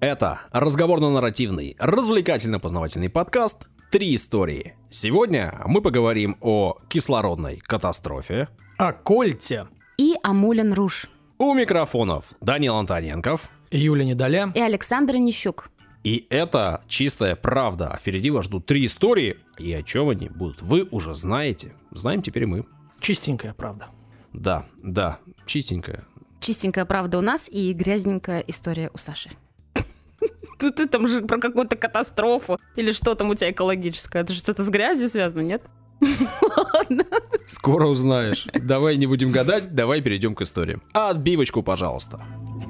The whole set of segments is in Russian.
Это разговорно-нарративный, развлекательно-познавательный подкаст «Три истории». Сегодня мы поговорим о кислородной катастрофе, о Кольте и о Мулен Руж. У микрофонов Данил Антоненков, Юлия Недоля и Александр Нищук. И это чистая правда. Впереди вас ждут три истории, и о чем они будут, вы уже знаете. Знаем теперь и мы. Чистенькая правда. Да, чистенькая. Чистенькая правда у нас и грязненькая история у Саши. Ты там же про какую-то катастрофу или что там у тебя экологическое. Это что-то с грязью связано, нет? Ладно. Скоро узнаешь. Давай не будем гадать, давай перейдем к истории. Отбивочку, пожалуйста.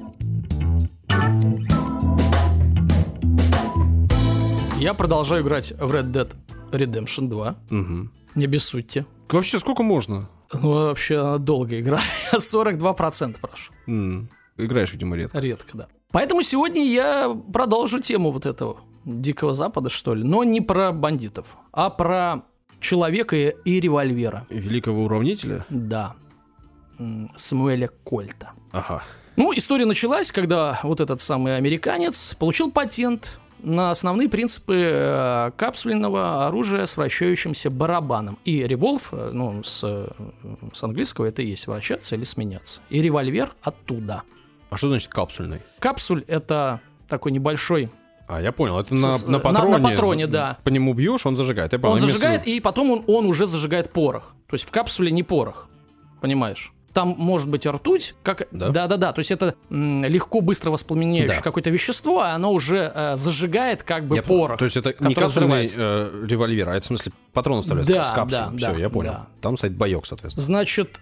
Я продолжаю играть в Red Dead Redemption 2. Угу. Не обессудьте. Вообще сколько можно? Ну, вообще, долго играю. 42% прошу. Играешь, видимо, редко. Редко, да. Поэтому сегодня я продолжу тему вот этого Дикого Запада, что ли. Но не про бандитов, а про человека и револьвера. Великого уравнителя? Да. Самуэля Кольта. Ага. Ну, история началась, когда вот этот самый американец получил патент на основные принципы капсульного оружия с вращающимся барабаном. И револьв, ну, с английского это и есть вращаться или сменяться. И револьвер оттуда. А что значит капсульный? Капсуль — это такой небольшой... Я понял, это на патроне. На патроне, да. По нему бьешь, он зажигает. Он зажигает, и потом он уже зажигает порох. То есть в капсуле не порох, понимаешь? Там может быть ртуть, как... Да. То есть это легко, быстро воспламеняющее какое-то вещество, а оно уже зажигает как бы порох. То есть это не капсульный револьвер, а это в смысле патрон вставляется с капсулой. Все, я понял. Да. Там стоит боек, соответственно. Значит,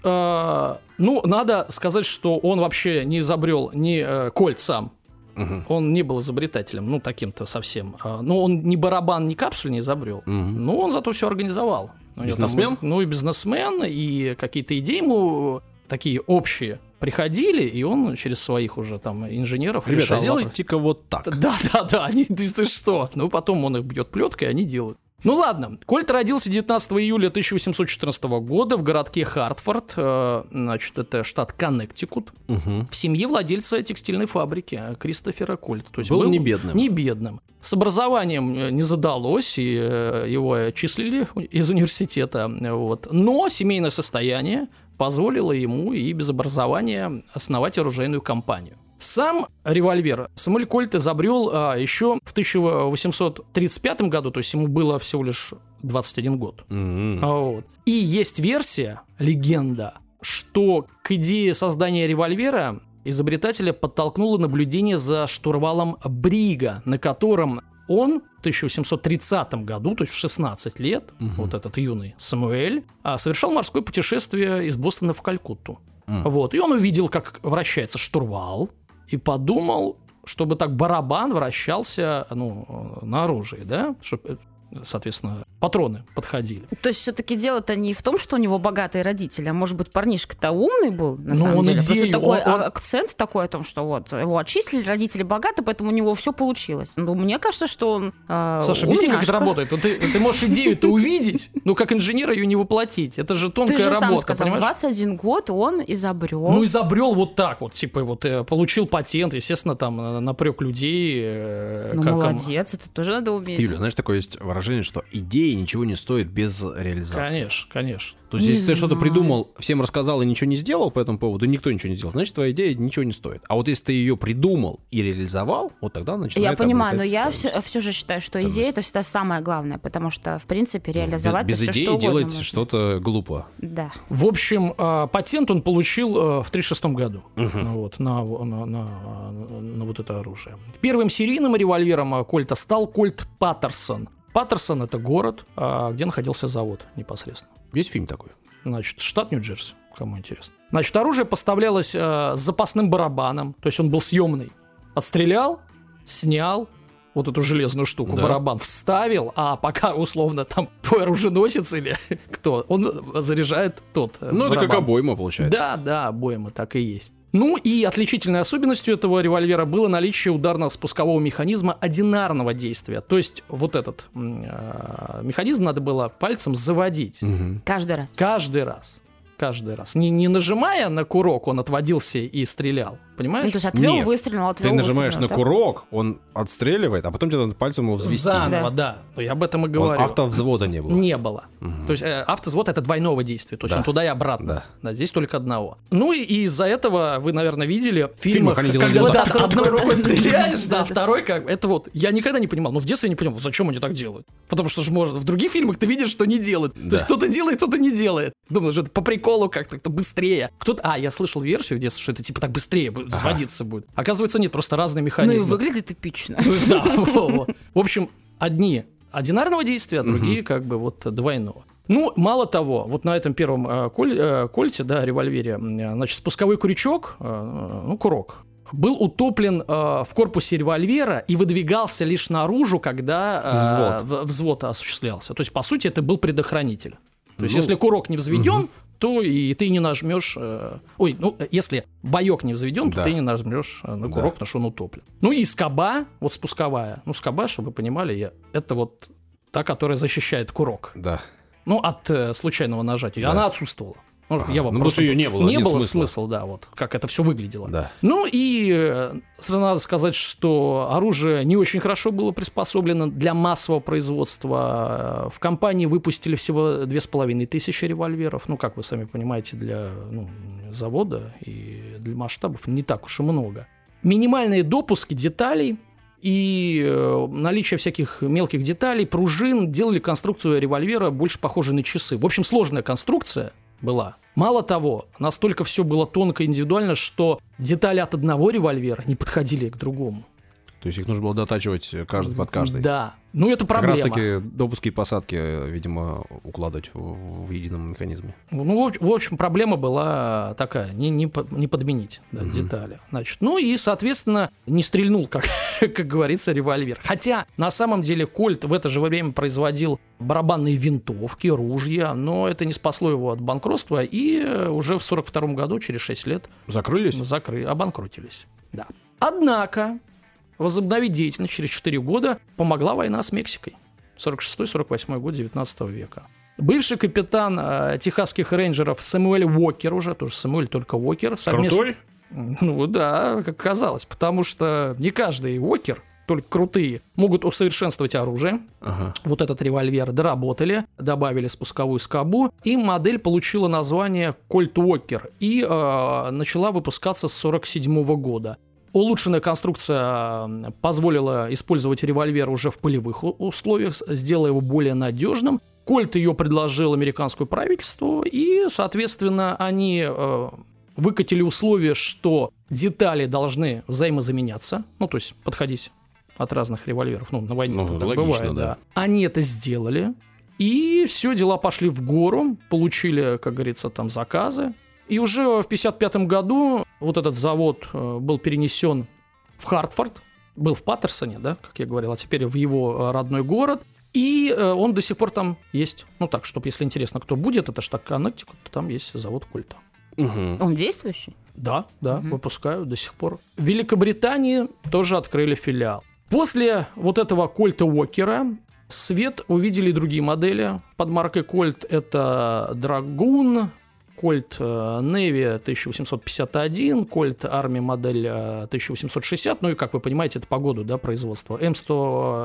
надо сказать, что он вообще не изобрел ни Кольт сам. Угу. Он не был изобретателем, таким-то совсем. Но он ни барабан, ни капсуль не изобрел. Угу. Но он зато все организовал. Бизнесмен? И бизнесмен, и какие-то идеи ему такие общие приходили, и он через своих уже там инженеров решал. Ребята, сделайте-ка вот так. Да, ты что? Потом он их бьет плеткой, они делают. Ну ладно, Кольт родился 19 июля 1814 года в городке Хартфорд, значит, это штат Коннектикут, в семье владельца текстильной фабрики Кристофера Кольта. То есть был не бедным. Не бедным. С образованием не задалось, и его отчислили из университета. Но семейное состояние позволило ему и без образования основать оружейную компанию. Сам револьвер Самуэль Кольт изобрел еще в 1835 году, то есть ему было всего лишь 21 год. И есть версия, легенда, что к идее создания револьвера изобретателя подтолкнуло наблюдение за штурвалом брига, на котором он в 1830 году, то есть в 16 лет, вот этот юный Самуэль, совершал морское путешествие из Бостона в Калькутту. И он увидел, как вращается штурвал, и подумал, чтобы так барабан вращался на оружии, да, чтобы, соответственно, патроны подходили. То есть все-таки дело-то не в том, что у него богатые родители, а может быть, парнишка-то умный был, на самом деле. Просто такой акцент такой о том, что вот его отчислили, родители богаты, поэтому у него все получилось. Мне кажется, что он Саша, объясни, как это работает. Ты можешь идею-то увидеть, но как инженер ее не воплотить. Это же тонкая работа. Ты же сам сказал, 21 год он изобрел. Изобрел вот так вот, получил патент, естественно, там напрек людей. Молодец, это тоже надо уметь. Юля, знаешь, такое есть выражение, что идея ничего не стоит без реализации. Конечно. То есть, если ты что-то придумал, всем рассказал и ничего не сделал по этому поводу, никто ничего не сделал, значит, твоя идея ничего не стоит. А вот если ты ее придумал и реализовал, вот тогда начинает... Я понимаю, но я все же считаю, что идея — это всегда самое главное, потому что, в принципе, реализовать без идеи что делать можно. Что-то глупо. Да. В общем, патент он получил в 1936 году на вот это оружие. Первым серийным револьвером Кольта стал Кольт Паттерсон. Паттерсон — это город, где находился завод непосредственно. Есть фильм такой? Значит, штат Нью-Джерси, кому интересно. Значит, оружие поставлялось с запасным барабаном, то есть он был съемный. Отстрелял, снял вот эту железную штуку, барабан, вставил, а пока, условно, там твой оруженосец или кто, он заряжает тот барабан. Это как обойма, получается. Да, обойма, так и есть. И отличительной особенностью этого револьвера было наличие ударно-спускового механизма одинарного действия. То есть вот этот механизм надо было пальцем заводить. Каждый раз. Каждый раз. Не нажимая на курок, он отводился и стрелял. Понимаешь? Ну, то есть отвел, Нет. выстрелил, Ты нажимаешь на курок, он отстреливает, а потом тебе надо пальцем его взвести. Заново, да. Но я об этом и говорю. Автовзвода не было. Не было. То есть автовзвод — это двойного действия, то есть он туда и обратно. Да, здесь только одного. Ну и из-за этого вы, наверное, видели в фильмах, когда одной рукой стреляешь, да, второй как... Это вот, я никогда не понимал, в детстве не понимал, зачем они так делают. Потому что же может, в других фильмах ты видишь, что не делают. То есть кто-то делает, кто-то не делает. Думаю, что это по приколу как-то быстрее. Кто-то... я слышал версию в детстве, что это типа так быстрее взводиться будет. Оказывается, нет, просто разные механизмы. Ну и выглядит эпично. Да, в общем, одни одинарного действия, а другие как бы вот двойного. Ну, мало того, вот на этом первом кольте, да, револьвере, значит, спусковой крючок, курок, был утоплен в корпусе револьвера и выдвигался лишь наружу, когда взвод осуществлялся. То есть, по сути, это был предохранитель. То есть, если курок не взведен, то и ты не нажмешь... если боек не взведен, то ты не нажмешь на курок, потому что он утоплен. Ну и скоба, вот спусковая. Ну, скоба, чтобы вы понимали, это вот та, которая защищает курок. Да. Ну, от случайного нажатия. Она отсутствовала. Потому что ее не было. Не было смысла, да, вот как это все выглядело. Да. Ну и надо сказать, что оружие не очень хорошо было приспособлено для массового производства. В компании выпустили всего 2500 револьверов. Ну, как вы сами понимаете, для завода и для масштабов не так уж и много. Минимальные допуски деталей и наличие всяких мелких деталей, пружин делали конструкцию револьвера больше похожей на часы. В общем, сложная конструкция была. Мало того, настолько все было тонко и индивидуально, что детали от одного револьвера не подходили к другому. То есть их нужно было дотачивать каждый под каждый. Да. Ну, это проблема. Как раз-таки допуски и посадки, видимо, укладывать в едином механизме. Ну, в общем, проблема была такая, не подменить детали. Значит, ну и, соответственно, не стрельнул, как говорится, револьвер. Хотя, на самом деле, Кольт в это же время производил барабанные винтовки, ружья, но это не спасло его от банкротства, и уже в 1942 году, через 6 лет... Закрылись? Обанкротились, да. Однако... возобновить деятельность через 4 года помогла война с Мексикой. 46-48 год 19 века. Бывший капитан техасских рейнджеров Сэмюэль Уокер, уже тоже Сэмюэль, только Уокер. Крутой? Ну да, как казалось, потому что не каждый Уокер, только крутые, могут усовершенствовать оружие. Вот этот револьвер доработали, добавили спусковую скобу, и модель получила название Кольт Уокер и начала выпускаться с 1947 года. Улучшенная конструкция позволила использовать револьвер уже в полевых условиях, сделала его более надежным. Кольт ее предложил американскому правительству, и, соответственно, они выкатили условие, что детали должны взаимозаменяться, ну, то есть подходить от разных револьверов, на войне так логично, бывает, да. Они это сделали, и все, дела пошли в гору, получили, как говорится, там заказы. И уже в 1955 году вот этот завод был перенесен в Хартфорд, был в Паттерсоне, да, как я говорил, а теперь в его родной город. И он до сих пор там есть. Ну так, чтобы, если интересно, кто будет, это штат Коннектикут, там есть завод Кольта. Он действующий? Да, выпускают до сих пор. В Великобритании тоже открыли филиал. После вот этого Кольта Уокера свет увидели и другие модели под маркой Кольт. Это Драгун, Кольт Navy 1851, Кольт Army модель 1860, ну и, как вы понимаете, это по году, да, производства, М100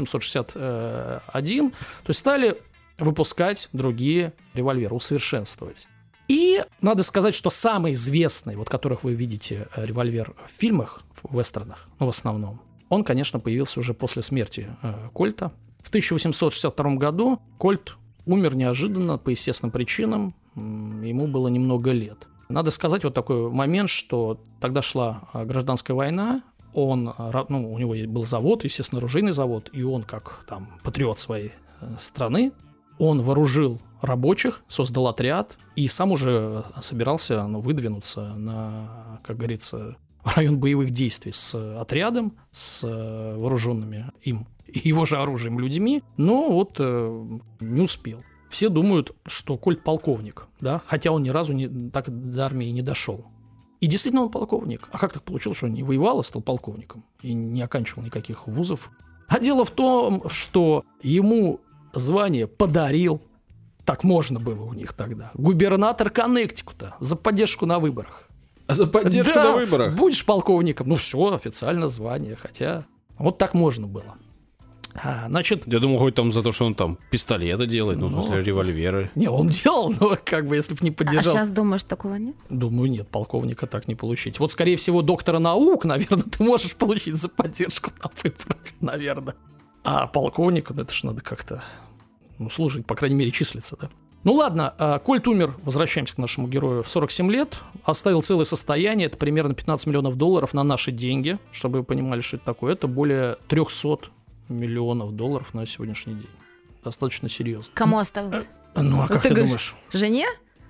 1861, то есть стали выпускать другие револьверы, усовершенствовать. И надо сказать, что самый известный, вот которых вы видите револьвер в фильмах, в вестернах, в основном, он, конечно, появился уже после смерти Кольта. В 1862 году Кольт умер неожиданно по естественным причинам, ему было немного лет. Надо сказать вот такой момент, что тогда шла гражданская война, у него был завод, естественно, оружейный завод, и он, как там патриот своей страны, он вооружил рабочих, создал отряд и сам уже собирался выдвинуться на, как говорится, район боевых действий с отрядом, с вооруженными им и его же оружием людьми, но вот не успел. Все думают, что Кольт полковник, да, хотя он ни разу так до армии не дошел. И действительно он полковник. А как так получилось, что он не воевал, а стал полковником и не оканчивал никаких вузов? А дело в том, что ему звание подарил, так можно было у них тогда, губернатор Коннектикута за поддержку на выборах. А за поддержку на выборах? Будешь полковником. Ну все, официально звание. Хотя вот так можно было. Значит, я думал, хоть там за то, что он там пистолеты делает, в смысле револьверы. Не, он делал, но как бы если бы не поддержал. А сейчас думаешь, такого нет? Думаю, нет, полковника так не получить. Вот, скорее всего, доктора наук, наверное, ты можешь получить за поддержку на выборах, наверное. А полковника, это ж надо как-то, служить, по крайней мере, числиться, да. Ну ладно, Кольт умер, возвращаемся к нашему герою, в 47 лет, оставил целое состояние, это примерно $15 миллионов на наши деньги, чтобы вы понимали, что это такое. Это более 300 миллионов долларов на сегодняшний день. Достаточно серьезно. Кому оставил? Ну, а как ты думаешь? Жене?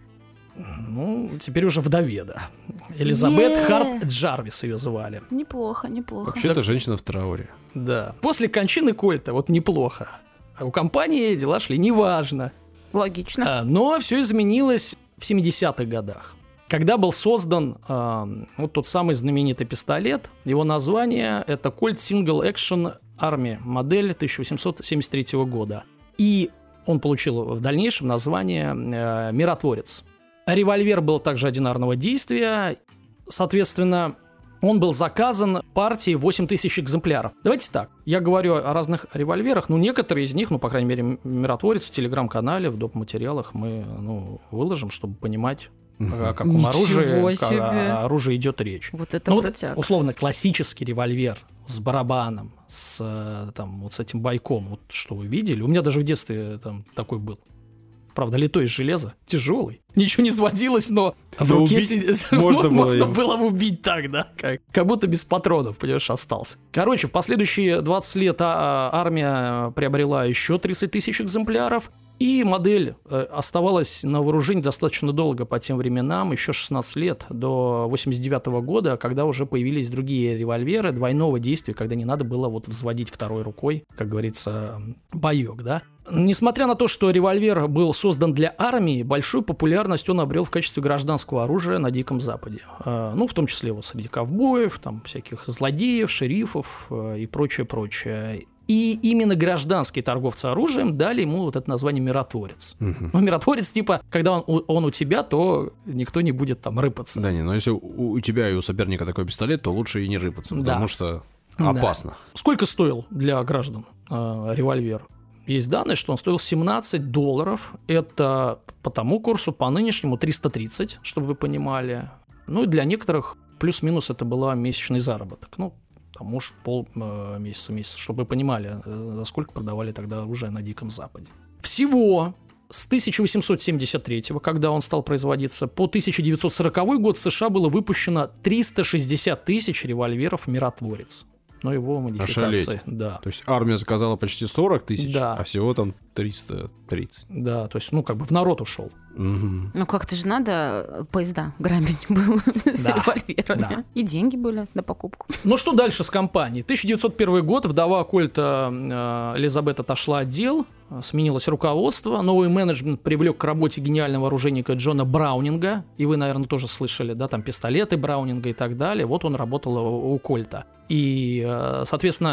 Ну, теперь уже вдове, да. Элизабет Харт Джарвис ее звали. Неплохо. Вообще-то женщина в трауре. Да. После кончины Кольта, вот неплохо. А у компании дела шли неважно. Логично. Но все изменилось в 70-х годах. Когда был создан вот тот самый знаменитый пистолет, его название — это Colt Single Action Army, модель 1873 года. И он получил в дальнейшем название «Миротворец». Револьвер был также одинарного действия, соответственно, он был заказан партией 8000 экземпляров. Давайте так, я говорю о разных револьверах, некоторые из них, по крайней мере, «Миротворец» в телеграм-канале, в доп. Материалах мы выложим, чтобы понимать, о каком оружии идет речь. Вот это крутяк. Условно, классический револьвер с барабаном, с этим байком, вот что вы видели. У меня даже в детстве там такой был. Правда, литой из железа, тяжелый. Ничего не сводилось, но в руке можно было убить так, да, как будто без патронов, понимаешь, остался. Короче, в последующие 20 лет армия приобрела еще 30 тысяч экземпляров, и модель оставалась на вооружении достаточно долго по тем временам, еще 16 лет, до 89 года, когда уже появились другие револьверы двойного действия, когда не надо было взводить второй рукой, как говорится, боек, да. Несмотря на то, что револьвер был создан для армии, большую популярность он обрел в качестве гражданского оружия на Диком Западе. В том числе среди ковбоев, там, всяких злодеев, шерифов и прочее. И именно гражданские торговцы оружием дали ему это название «Миротворец». Миротворец, когда он у тебя, то никто не будет там рыпаться. Да, но если у тебя и у соперника такой пистолет, то лучше и не рыпаться, потому что опасно. Да. Сколько стоил для граждан револьвер? Есть данные, что он стоил $17. Это по тому курсу, по нынешнему 330, чтобы вы понимали. И для некоторых плюс-минус это был месячный заработок. Может, месяц, чтобы вы понимали, за сколько продавали тогда оружие на Диком Западе. Всего с 1873, когда он стал производиться, по 1940 год в США было выпущено 360 тысяч револьверов «Миротворец». Но его модификации. Да. То есть армия заказала почти 40 тысяч, а всего там 330. Да, то есть, в народ ушел. Как-то же надо поезда грабить было с револьверами. Да. И деньги были на покупку. Что дальше с компанией? 1901 год, вдова Кольта Элизабет отошла от дел, сменилось руководство, новый менеджмент привлек к работе гениального оружейника Джона Браунинга, и вы, наверное, тоже слышали, да, там пистолеты Браунинга и так далее. Вот он работал у Кольта. И, соответственно,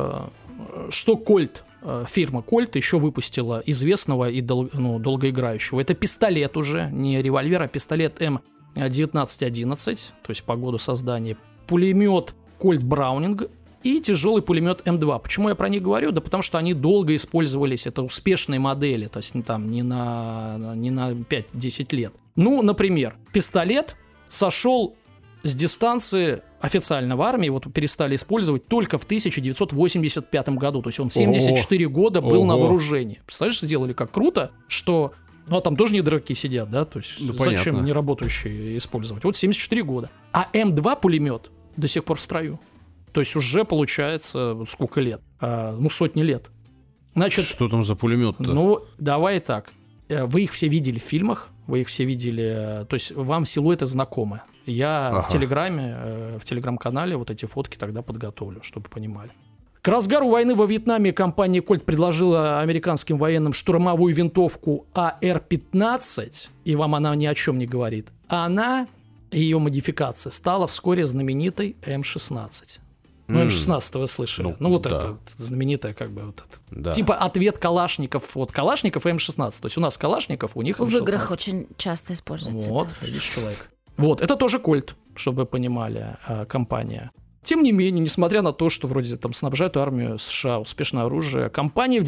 что Кольт, фирма Кольт еще выпустила известного и долгоиграющего. Это пистолет уже, не револьвер, а пистолет М1911, то есть по году создания, пулемет Кольт Браунинг и тяжелый пулемет М2. Почему я про них говорю? Да потому что они долго использовались, это успешные модели, то есть там не на 5-10 лет. Например, пистолет сошел с дистанции официально в армии, перестали использовать только в 1985 году. То есть он 74 года был на вооружении. Представляешь, сделали как круто, что... там тоже не дураки сидят, да? То есть зачем не работающие использовать? 74 года. А М2 пулемет до сих пор в строю. То есть уже получается сколько лет? Сотни лет. Значит, что там за пулемет-то? Давай так. Вы их все видели в фильмах, вы их все видели... То есть вам силуэты знакомы. Я в телеграм-канале эти фотки тогда подготовлю, чтобы понимали. К разгару войны во Вьетнаме компания Colt предложила американским военным штурмовую винтовку АР-15, и вам она ни о чем не говорит. Ее модификация стала вскоре знаменитой М-16. М-16 вы слышали? Это знаменитая типа ответ Калашников. Калашников и М-16. То есть у нас Калашников, у них М-16. В играх очень часто используется. Видишь, человек. Вот, это тоже Кольт, чтобы вы понимали, компания. Тем не менее, несмотря на то, что вроде там снабжают армию США успешное оружие, компания в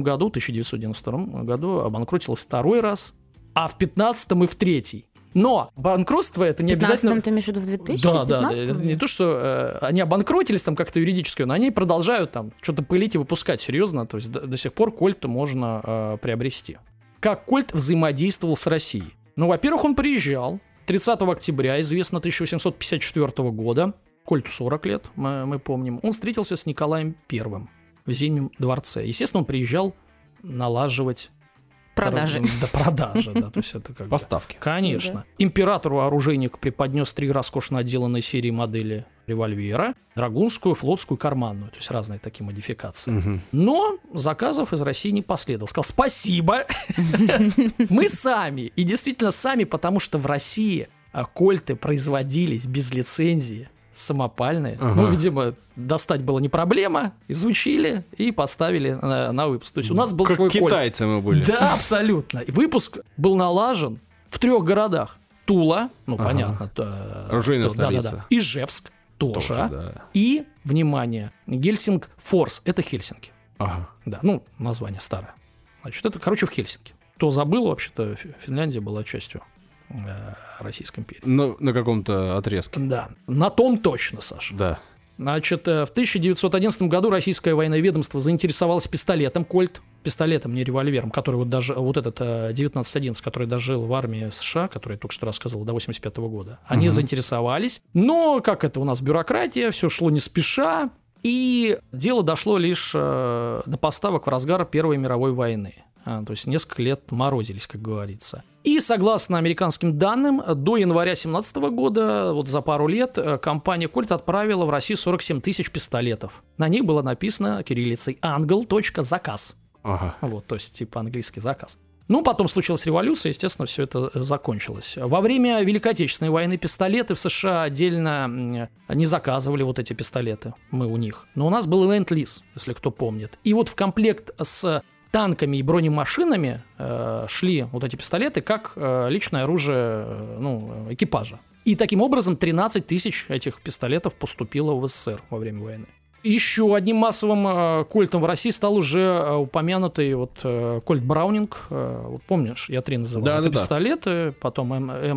1992 году обанкротила в 2-й раз, а в 15-м и в 3-й. Но банкротство это не обязательно... В 15-м ты имеешь в виду в 2015-м? Да. Не то, что они обанкротились там как-то юридически, но они продолжают там что-то пылить и выпускать серьезно. То есть до сих пор Кольт можно приобрести. Как Кольт взаимодействовал с Россией? Ну, во-первых, он приезжал 30 октября, известно, 1854 года. Кольту 40 лет, мы помним. Он встретился с Николаем I в Зимнем дворце. Естественно, он приезжал налаживать продажи. Продажи, да. То есть это как поставки. Конечно. Да. Императору оружейник преподнес 3 роскошно отделанные серии модели револьвера, драгунскую, флотскую, карманную. То есть разные такие модификации. Угу. Но заказов из России не последовало. Сказал, спасибо, мы сами. И действительно сами, потому что в России кольты производились без лицензии, самопальные. Ага. Ну, видимо, достать было не проблема. Изучили и поставили на выпуск. То есть у нас был свой кольт. Как китайцы мы были. Да, абсолютно. И выпуск был налажен в 3 городах. Тула, понятно. Оружейная столица. Да. Ижевск тоже. Да. И, внимание, Гельсингфорс. Это Хельсинки. Ага. Да, название старое. Значит, это, в Хельсинки. Кто забыл, вообще-то Финляндия была частью Российской империи. На каком-то отрезке. Да, на том точно, Саша. Да. Значит, в 1911 году российское военное ведомство заинтересовалось пистолетом Кольт, пистолетом, не револьвером, который вот этот 1911, который дожил в армии США, который я только что рассказывал, до 1985 года. Они заинтересовались, но, как это у нас бюрократия, все шло не спеша, и дело дошло лишь до поставок в разгар Первой мировой войны. То есть несколько лет морозились, как говорится. И согласно американским данным, до января 2017 года, вот за пару лет, компания Кольт отправила в Россию 47 тысяч пистолетов. На них было написано кириллицей «Ангел.заказ». Ага. Вот, то есть типа английский заказ. Ну, потом случилась революция, естественно, все это закончилось. Во время Великой Отечественной войны пистолеты в США отдельно не заказывали вот эти пистолеты, мы у них. Но у нас был ленд-лиз, если кто помнит. И вот в комплект с танками и бронемашинами шли вот эти пистолеты как личное оружие экипажа. И таким образом 13 тысяч этих пистолетов поступило в СССР во время войны. Еще одним массовым кольтом в России стал уже упомянутый кольт Браунинг. Вот помнишь, я 3 называл. Да, это пистолеты, потом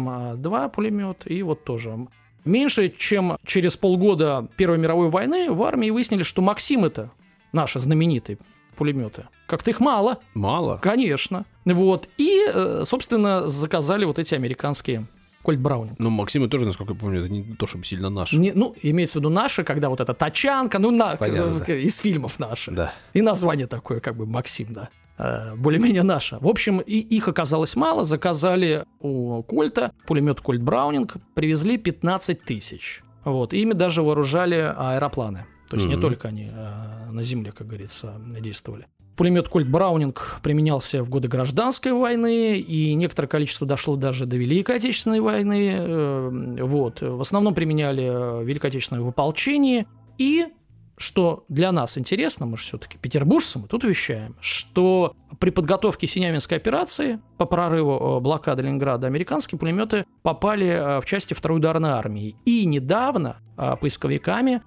М2 пулемет и вот тоже. Меньше чем через полгода Первой мировой войны в армии выяснили, что Максимы-то, наши знаменитые пулеметы, как-то их мало. Мало? Конечно. Вот. И, собственно, заказали вот эти американские Кольт Браунинг. Ну, Максимы тоже, насколько я помню, это не то, чтобы сильно наши. Имеется в виду наши, когда вот эта тачанка, Понятно, да. Из фильмов наши. Да. И название такое, как бы Максим, да. Более-менее наше. В общем, их оказалось мало. Заказали у Кольта пулемет Кольт Браунинг, привезли 15 тысяч. Вот. И ими даже вооружали аэропланы. То есть не только они на земле, как говорится, действовали. Пулемет Кольт Браунинг применялся в годы Гражданской войны, и некоторое количество дошло даже до Великой Отечественной войны. Вот. В основном применяли в Великой Отечественной в ополчении. И, что для нас интересно, мы же все-таки петербуржцы, мы тут вещаем, что при подготовке Синявинской операции по прорыву блокады Ленинграда американские пулеметы попали в части 2-й ударной армии. И недавно поисковиками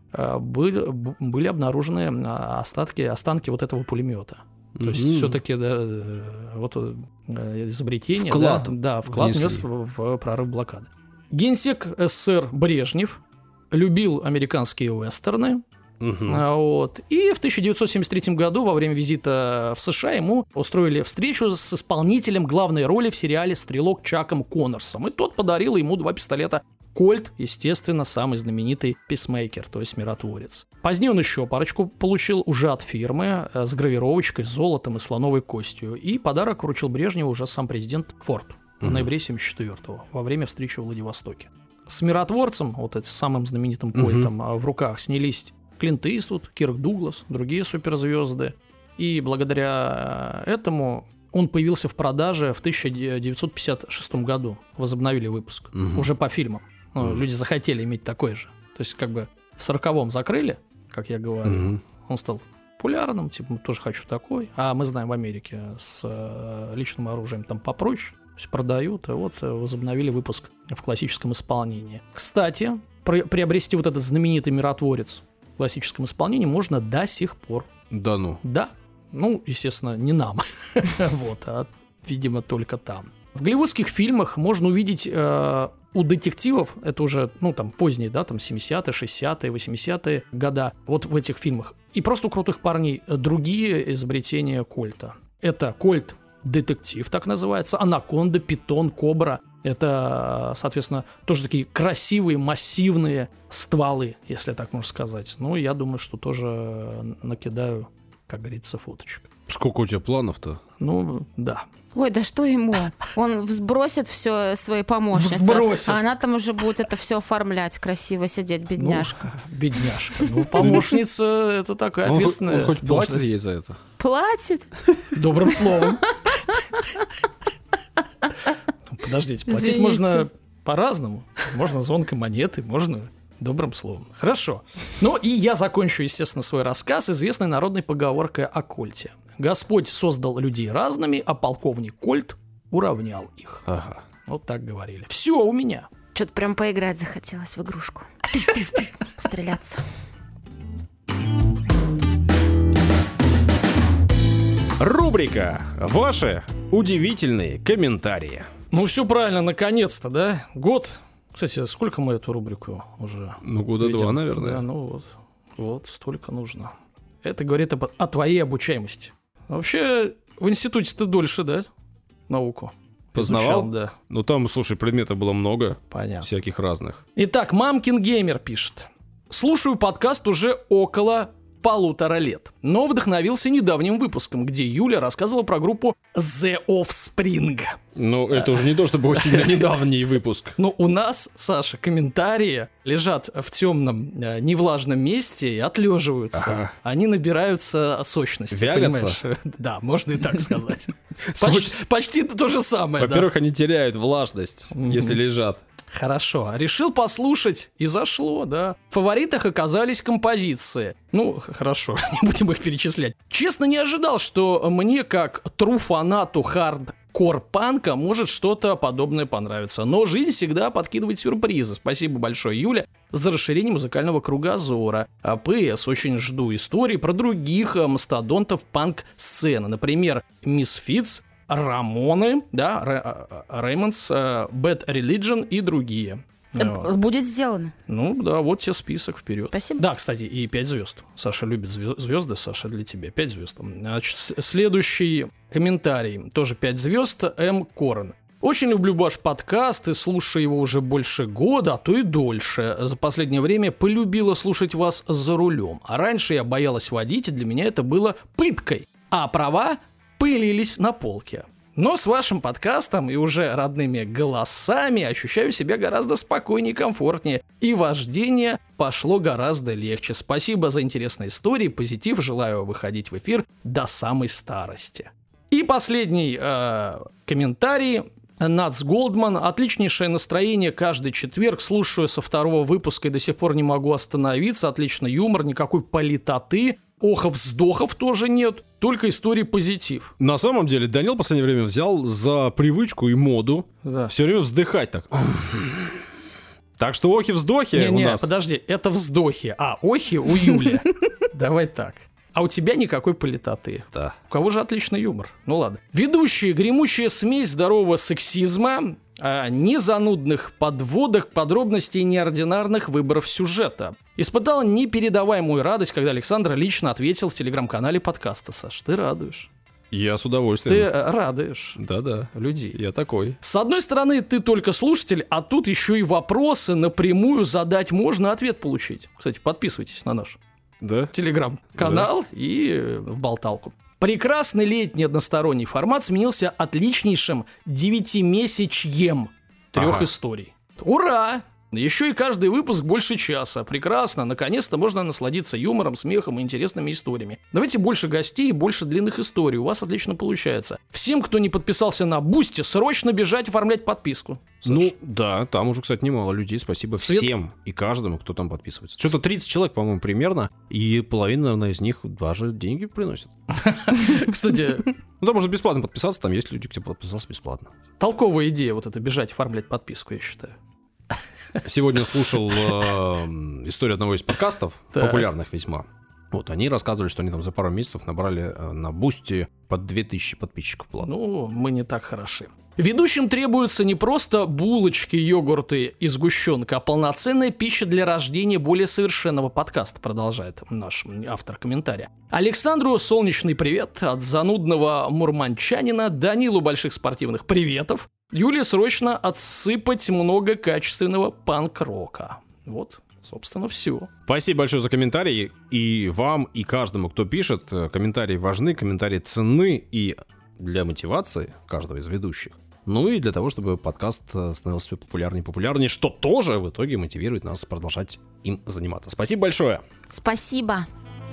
были обнаружены останки вот этого пулемета. То есть все-таки изобретение, вклад внес в прорыв блокады. Генсек СССР Брежнев любил американские вестерны. Вот. И в 1973 году во время визита в США ему устроили встречу с исполнителем главной роли в сериале «Стрелок» Чаком Коннорсом. И тот подарил ему 2 пистолета Кольт, естественно, самый знаменитый писмейкер, то есть миротворец. Позднее он еще парочку получил уже от фирмы с гравировочкой, золотом и слоновой костью. И подарок вручил Брежневу уже сам президент Форд в ноябре 1974 во время встречи в Владивостоке. С миротворцем, вот этим самым знаменитым Кольтом, в руках снялись Клинт Иствуд, Кирк Дуглас, другие суперзвезды. И благодаря этому он появился в продаже в 1956 году. Возобновили выпуск. Уже по фильмам. Люди захотели иметь такой же. То есть как бы в 40-м закрыли, как я говорю. Он стал популярным, типа, тоже хочу такой. А мы знаем в Америке с личным оружием там попроще. То есть продают, а вот возобновили выпуск в классическом исполнении. Кстати, приобрести вот этот знаменитый «Миротворец» в классическом исполнении можно до сих пор. Да ну. Да. Ну, естественно, не нам. Вот, а, видимо, только там. В голливудских фильмах можно увидеть у детективов, это уже, ну, там, поздние, да, там, 70-е, 60-е, 80-е года, вот в этих фильмах, и просто у крутых парней другие изобретения Кольта. Это Кольт-детектив, так называется, Анаконда, Питон, Кобра. Это, соответственно, тоже такие красивые, массивные стволы, если так можно сказать. Ну, я думаю, что тоже накидаю, как говорится, фоточек. Сколько у тебя планов-то? Ну, да. Ой, да что ему? Он сбросит все своей помощнице. Сбросит. А она там уже будет это все оформлять, красиво сидеть, бедняжка. Ну, бедняжка. Ну, помощница — это такая ответственная он хоть платит должность. ей за это? Платит? Добрым словом. Подождите, платить Извините. можно по-разному. Можно звонкой монетой, можно добрым словом. Хорошо. Ну и я закончу, естественно, свой рассказ известной народной поговоркой о Кольте. Господь создал людей разными, а полковник Кольт уравнял их. Ага. Вот так говорили. Все у меня. Что-то прям поиграть захотелось в игрушку. Стреляться. Рубрика «Ваши удивительные комментарии». Ну все правильно, наконец-то, да? Год. Кстати, сколько мы эту рубрику уже Ну, года ведем? два, наверное. Да, ну вот. Вот, столько нужно. Это говорит о твоей обучаемости. Вообще, в институте ты дольше, да, науку Познавал? изучал, да. Ну, там, слушай, предметов было много, Понятно. всяких разных. Итак, Мамкин Геймер пишет. Слушаю подкаст уже около 1,5 лет, но вдохновился недавним выпуском, где Юля рассказывала про группу The Offspring. Ну, это уже не то, чтобы очень сильно недавний выпуск. Но у нас, Саша, комментарии лежат в темном, невлажном месте и отлеживаются. Ага. Они набираются сочности. Вялятся? Понимаешь? Да, можно и так сказать. Почти то же самое. да. Во-первых, они теряют влажность, если лежат. Хорошо. Решил послушать, и зашло, да. В фаворитах оказались композиции. Ну, хорошо, не будем их перечислять. Честно, не ожидал, что мне, как тру-фанату хардкор-панка, может что-то подобное понравиться. Но жизнь всегда подкидывает сюрпризы. Спасибо большое, Юля, за расширение музыкального кругозора. А ПС, очень жду историй про других мастодонтов панк-сцены. Например, Misfits, Рамоны, да, Реймондс, Bad Religion и другие. Вот. Будет сделано. Ну да, вот тебе список, вперед. Спасибо. Да, кстати, и 5 звезд. Саша любит звезды, Саша, для тебя 5 звезд. Значит, следующий комментарий, тоже 5 звезд, М. Корен. Очень люблю ваш подкаст и слушаю его уже больше года, а то и дольше. За последнее время полюбила слушать вас за рулем. А раньше я боялась водить, и для меня это было пыткой. А права пылились на полке. Но с вашим подкастом и уже родными голосами ощущаю себя гораздо спокойнее и комфортнее. И вождение пошло гораздо легче. Спасибо за интересные истории, позитив. Желаю выходить в эфир до самой старости. И последний комментарий. Натс Голдман. Отличнейшее настроение каждый четверг. Слушаю со 2-го выпуска и до сих пор не могу остановиться. Отличный юмор, никакой политоты. Охов-вздохов тоже нет, только истории позитив. На самом деле, Данил в последнее время взял за привычку и моду все время вздыхать так. Так что охи-вздохи у нас. Подожди, это вздохи, а охи у Юли. Давай так. А у тебя никакой политоты. Да. У кого же отличный юмор? Ну ладно. Ведущие, гремучая смесь здорового сексизма, незанудных подводок, подробностей и неординарных выборов сюжета. Испытал непередаваемую радость, когда Александр лично ответил в телеграм-канале подкаста. Саш, ты радуешь. Я с удовольствием. Ты радуешь. Да-да. Людей. Я такой. С одной стороны, ты только слушатель, а тут еще и вопросы напрямую задать можно, ответ получить. Кстати, подписывайтесь на наш телеграм-канал и в болталку. Прекрасный летний односторонний формат сменился отличнейшим 9-месячьем 3 историй. Ура! Еще и каждый выпуск больше часа. Прекрасно, наконец-то можно насладиться юмором, смехом и интересными историями. Давайте больше гостей и больше длинных историй, у вас отлично получается. Всем, кто не подписался на Бусти, срочно бежать оформлять подписку. Саш. Ну, да, там уже, кстати, немало людей. Спасибо всем и каждому, кто там подписывается. Что-то 30 человек, по-моему, примерно, и половина, наверное, из них даже деньги приносит. Кстати... Ну, там можно бесплатно подписаться, там есть люди, кто подписался бесплатно. Толковая идея вот это, бежать оформлять подписку, я считаю. Сегодня слушал историю одного из подкастов, популярных весьма. Вот, они рассказывали, что они там за пару месяцев набрали на Бусти под 2000 подписчиков. Ну, мы не так хороши. Ведущим требуются не просто булочки, йогурты и сгущенка, а полноценная пища для рождения более совершенного подкаста, продолжает наш автор комментария. Александру солнечный привет от занудного мурманчанина, Данилу больших спортивных приветов, Юле срочно отсыпать много качественного панк-рока. Вот, собственно, все. Спасибо большое за комментарии. И вам, и каждому, кто пишет. Комментарии важны, комментарии ценны и для мотивации каждого из ведущих. Ну и для того, чтобы подкаст становился все популярнее и популярнее, что тоже в итоге мотивирует нас продолжать им заниматься. Спасибо большое. Спасибо.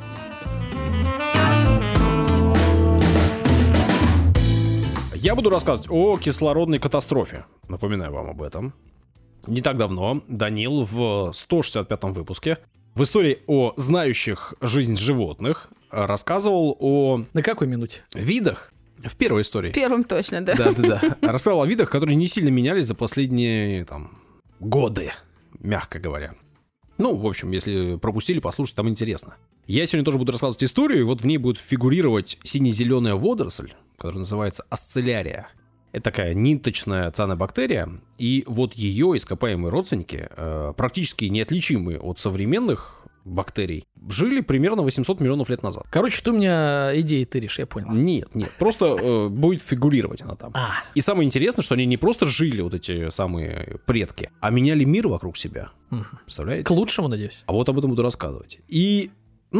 Я буду рассказывать о кислородной катастрофе. Напоминаю вам об этом. Не так давно Данил в 165-м выпуске в истории о знающих жизнь животных рассказывал о... На какой минуте? Видах. В первой истории. Первым точно, да. Да. Рассказывал о видах, которые не сильно менялись за последние годы, мягко говоря. Ну, в общем, если пропустили, послушать, там интересно. Я сегодня тоже буду рассказывать историю, и вот в ней будет фигурировать сине-зеленая водоросль, которая называется асцелярия. Это такая ниточная цианобактерия, и вот ее ископаемые родственники, практически неотличимые от современных бактерий, жили примерно 800 миллионов лет назад. Короче, ты у меня идеи тыришь, я понял. Нет, просто будет фигурировать она там. И самое интересное, что они не просто жили, вот эти самые предки, а меняли мир вокруг себя. Представляете? К лучшему, надеюсь. А вот об этом буду рассказывать. И,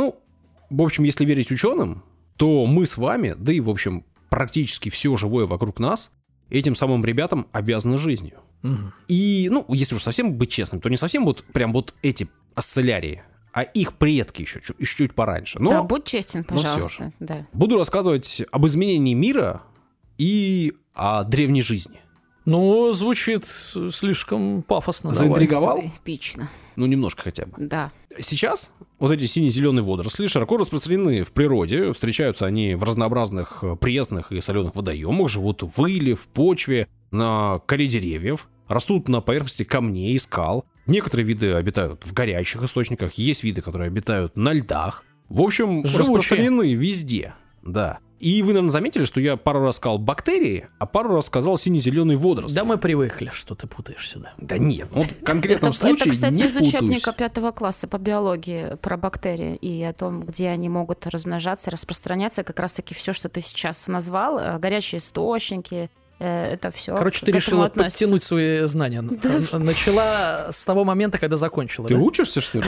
в общем, если верить ученым, то мы с вами, да и, в общем, практически все живое вокруг нас, этим самым ребятам обязаны жизнью. И, если уж совсем быть честным, то не совсем вот прям вот эти асцелярии, а их предки еще чуть пораньше. Но, да, будь честен, пожалуйста. Да. Буду рассказывать об изменении мира и о древней жизни. Ну, звучит слишком пафосно. Заинтриговал? Эпично. Немножко хотя бы. Да. Сейчас вот эти сине-зеленые водоросли широко распространены в природе. Встречаются они в разнообразных пресных и соленых водоемах, живут в иле, в почве, на коре деревьев, растут на поверхности камней и скал. Некоторые виды обитают в горячих источниках, есть виды, которые обитают на льдах. В общем, распространены везде. Да. И вы, наверное, заметили, что я пару раз сказал бактерии, а пару раз сказал сине-зеленые водоросли. Да мы привыкли, что ты путаешь сюда. Да нет, вот в конкретном случае это, кстати, не из путаюсь. учебника 5 класса по биологии про бактерии и о том, где они могут размножаться, распространяться. Как раз-таки все, что ты сейчас назвал, горячие источники, это все. Короче, ты решила подтянуть свои знания. Начала с того момента, когда закончила. Ты учишься, что ли?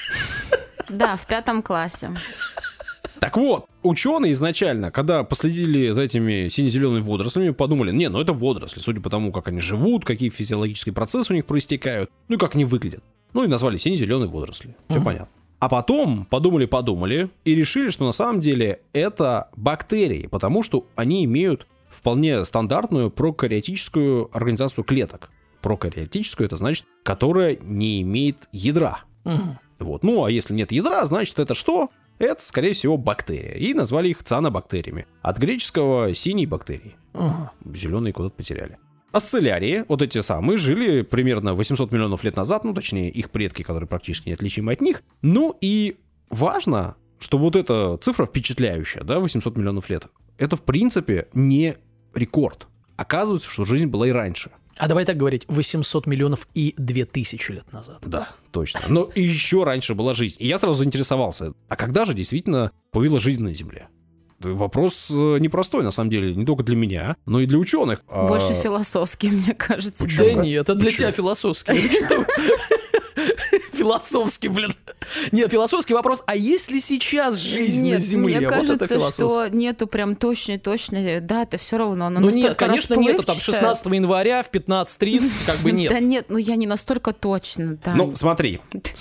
Да, в 5 классе. Так вот, ученые изначально, когда последили за этими сине-зелеными водорослями, подумали, это водоросли, судя по тому, как они живут, какие физиологические процессы у них проистекают, и как они выглядят. И назвали сине-зеленые водоросли. Все понятно. А потом подумали и решили, что на самом деле это бактерии, потому что они имеют вполне стандартную прокариотическую организацию клеток. Прокариотическую — это значит, которая не имеет ядра. Вот. А если нет ядра, значит, это что? Это, скорее всего, бактерия. И назвали их цианобактериями. От греческого «синие бактерии». Зеленые куда-то потеряли. Асцелярии, вот эти самые, жили примерно 800 миллионов лет назад, точнее, их предки, которые практически неотличимы от них. И важно, что вот эта цифра впечатляющая, 800 миллионов лет, это, в принципе, не рекорд. Оказывается, что жизнь была и раньше. А давай так говорить, 800 миллионов и 2000 лет назад. Да, точно. Но и еще раньше была жизнь. И я сразу заинтересовался, а когда же действительно появилась жизнь на Земле? Вопрос непростой, на самом деле, не только для меня, но и для ученых. Больше философский, мне кажется. Почему? Да нет, это для тебя философский. Философский, блин. Нет, философский вопрос, а есть ли сейчас жизнь на Земле? Мне кажется, что нету прям точной даты, все равно. Ну нет, конечно, нету, там 16 января в 15:30 как бы нет. Да нет, я не настолько точно, да. Ну, смотри,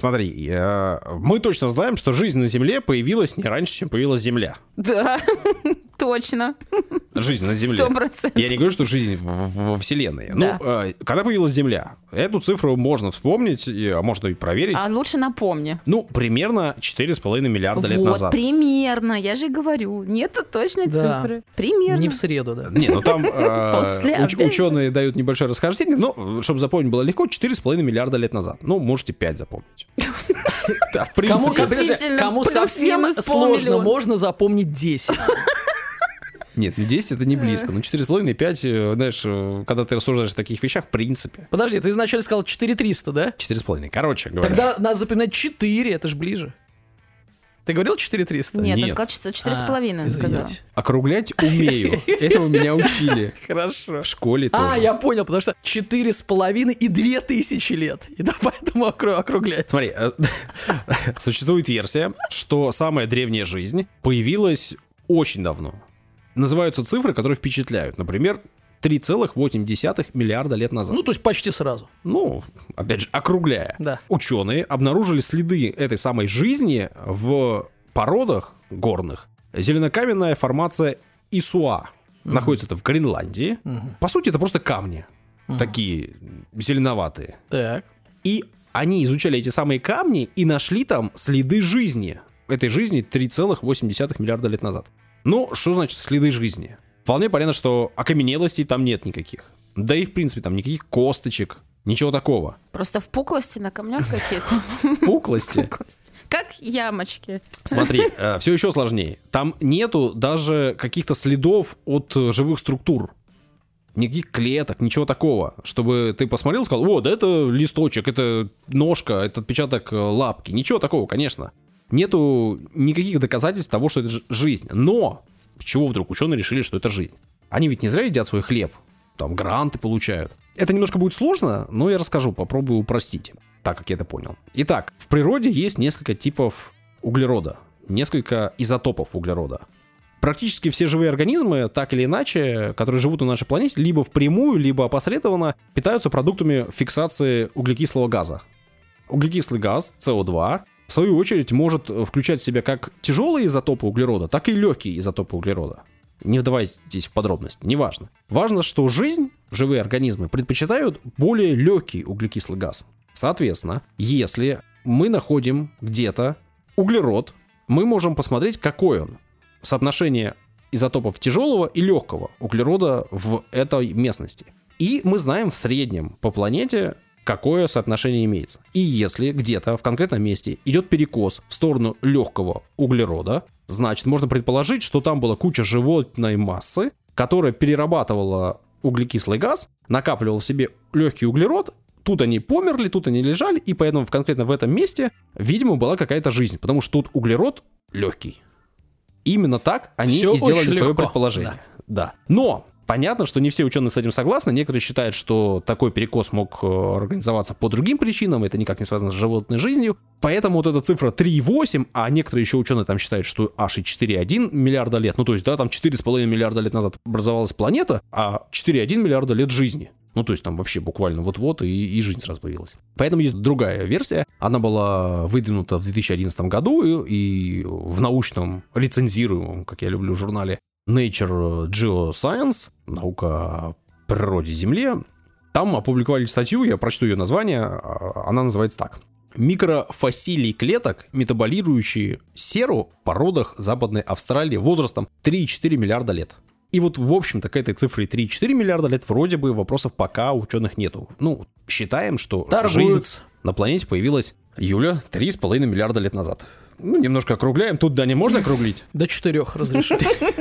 мы точно знаем, что жизнь на Земле появилась не раньше, чем появилась Земля. Да, точно. Жизнь на Земле. 100%. Я не говорю, что жизнь во Вселенной. Да. Ну, когда появилась Земля, эту цифру можно вспомнить, а можно и проверить. А лучше напомни. Ну, примерно 4,5 миллиарда лет назад. Вот, примерно, я же говорю, нету точной цифры. Примерно. Не в среду, да. Не, ну там ученые дают небольшое расхождение, но, чтобы запомнить было легко, 4,5 миллиарда лет назад. Ну, можете 5 запомнить. Да, в принципе. Кому совсем сложно, можно запомнить 10. Нет, 10 это не близко. Ну, 4,5 и 5, знаешь, когда ты рассуждаешь о таких вещах, в принципе. Подожди, ты изначально сказал 4300, да? 4,5, короче говоря. Тогда надо запоминать 4, это ж ближе. Ты говорил 4300? Нет, Нет. я сказал 4,5. сказала. Округлять умею. Этому меня учили. Хорошо. В школе тоже. Я понял, потому что 4,5 и 2000 лет. И да, поэтому округлять. Смотри, существует версия, что самая древняя жизнь появилась очень давно. Называются цифры, которые впечатляют. Например, 3,8 миллиарда лет назад. Ну, то есть почти сразу. Ну, опять же, округляя. Да. Ученые обнаружили следы этой самой жизни в породах горных. Зеленокаменная формация Исуа. Находится это в Гренландии. По сути, это просто камни. Такие зеленоватые. Так. И они изучали эти самые камни и нашли там следы жизни. Этой жизни 3,8 миллиарда лет назад. Ну, что значит следы жизни? Вполне понятно, что окаменелостей там нет никаких. Да и, в принципе, там никаких косточек, ничего такого. Просто впуклости на камнях какие-то. Пуклости? Как ямочки. Смотри, все еще сложнее. Там нету даже каких-то следов от живых структур. Никаких клеток, ничего такого. Чтобы ты посмотрел и сказал, вот, это листочек, это ножка, это отпечаток лапки. Ничего такого, конечно. Нету никаких доказательств того, что это жизнь. Но с чего вдруг ученые решили, что это жизнь? Они ведь не зря едят свой хлеб. Там гранты получают. Это немножко будет сложно, но я расскажу, попробую упростить, так как я это понял. Итак, в природе есть несколько типов углерода, несколько изотопов углерода. Практически все живые организмы, так или иначе, которые живут на нашей планете, либо впрямую, либо опосредованно питаются продуктами фиксации углекислого газа. Углекислый газ, СО2, в свою очередь, может включать в себя как тяжелые изотопы углерода, так и легкие изотопы углерода. Не вдавайтесь в подробности, неважно. Важно, что жизнь, живые организмы предпочитают более легкий углекислый газ. Соответственно, если мы находим где-то углерод, мы можем посмотреть, какой он. Соотношение изотопов тяжелого и легкого углерода в этой местности. И мы знаем в среднем по планете, какое соотношение имеется. И если где-то в конкретном месте идет перекос в сторону легкого углерода, значит, можно предположить, что там была куча животной массы, которая перерабатывала углекислый газ, накапливала в себе легкий углерод, тут они померли, тут они лежали, и поэтому конкретно в этом месте, видимо, была какая-то жизнь, потому что тут углерод легкий. Именно так они и сделали свое предположение. Да. Но понятно, что не все ученые с этим согласны. Некоторые считают, что такой перекос мог организоваться по другим причинам, это никак не связано с животной жизнью. Поэтому вот эта цифра 3,8, а некоторые еще ученые там считают, что аж и 4,1 миллиарда лет. Ну, то есть, да, там 4,5 миллиарда лет назад образовалась планета, а 4,1 миллиарда лет жизни. Ну, то есть там вообще буквально вот-вот и жизнь сразу появилась. Поэтому есть другая версия. Она была выдвинута в 2011 году и в научном рецензируемом, как я люблю, журнале Nature Geoscience, наука о природе Земли. Там опубликовали статью, я прочту ее название, она называется так. Микрофасилии клеток, метаболирующие серу в породах Западной Австралии возрастом 3,4 миллиарда лет. И вот, в общем-то, к этой цифре 3,4 миллиарда лет вроде бы вопросов пока у ученых нету. Ну, считаем, что жизнь на планете появилась, Юля, 3,5 миллиарда лет назад. Ну, немножко округляем. Тут, да, не можно округлить? До 4 разрешить.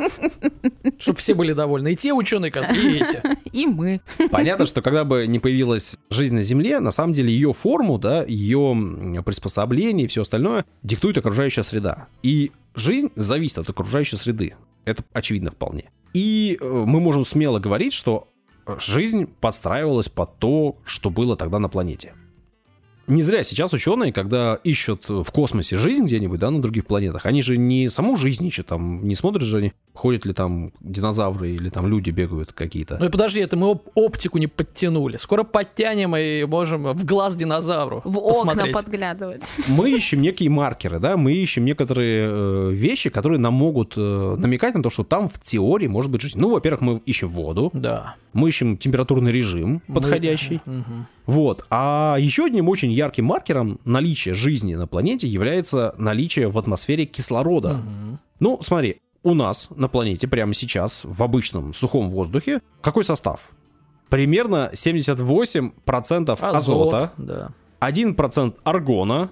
Чтобы все были довольны. И те ученые, и эти. И мы. Понятно, что когда бы не появилась жизнь на Земле, на самом деле ее форму, да, ее приспособление и все остальное диктует окружающая среда. И жизнь зависит от окружающей среды. Это очевидно вполне. И мы можем смело говорить, что жизнь подстраивалась под то, что было тогда на планете. Не зря сейчас ученые, когда ищут в космосе жизнь где-нибудь, да, на других планетах, они же не саму жизнь ищут, там, не смотрят же они, ходят ли там динозавры или там люди бегают какие-то. Ну и подожди, это мы оптику не подтянули. Скоро подтянем и можем в глаз динозавру в посмотреть. окна подглядывать. Мы ищем некие маркеры, да, мы ищем некоторые вещи, которые нам могут намекать на то, что там в теории может быть жизнь. Ну, во-первых, мы ищем воду, Да. мы ищем температурный режим подходящий. Вот. А еще одним очень ярким маркером наличия жизни на планете является наличие в атмосфере кислорода. Ну, смотри, у нас на планете прямо сейчас в обычном сухом воздухе какой состав? Примерно 78% азота, да. 1% аргона,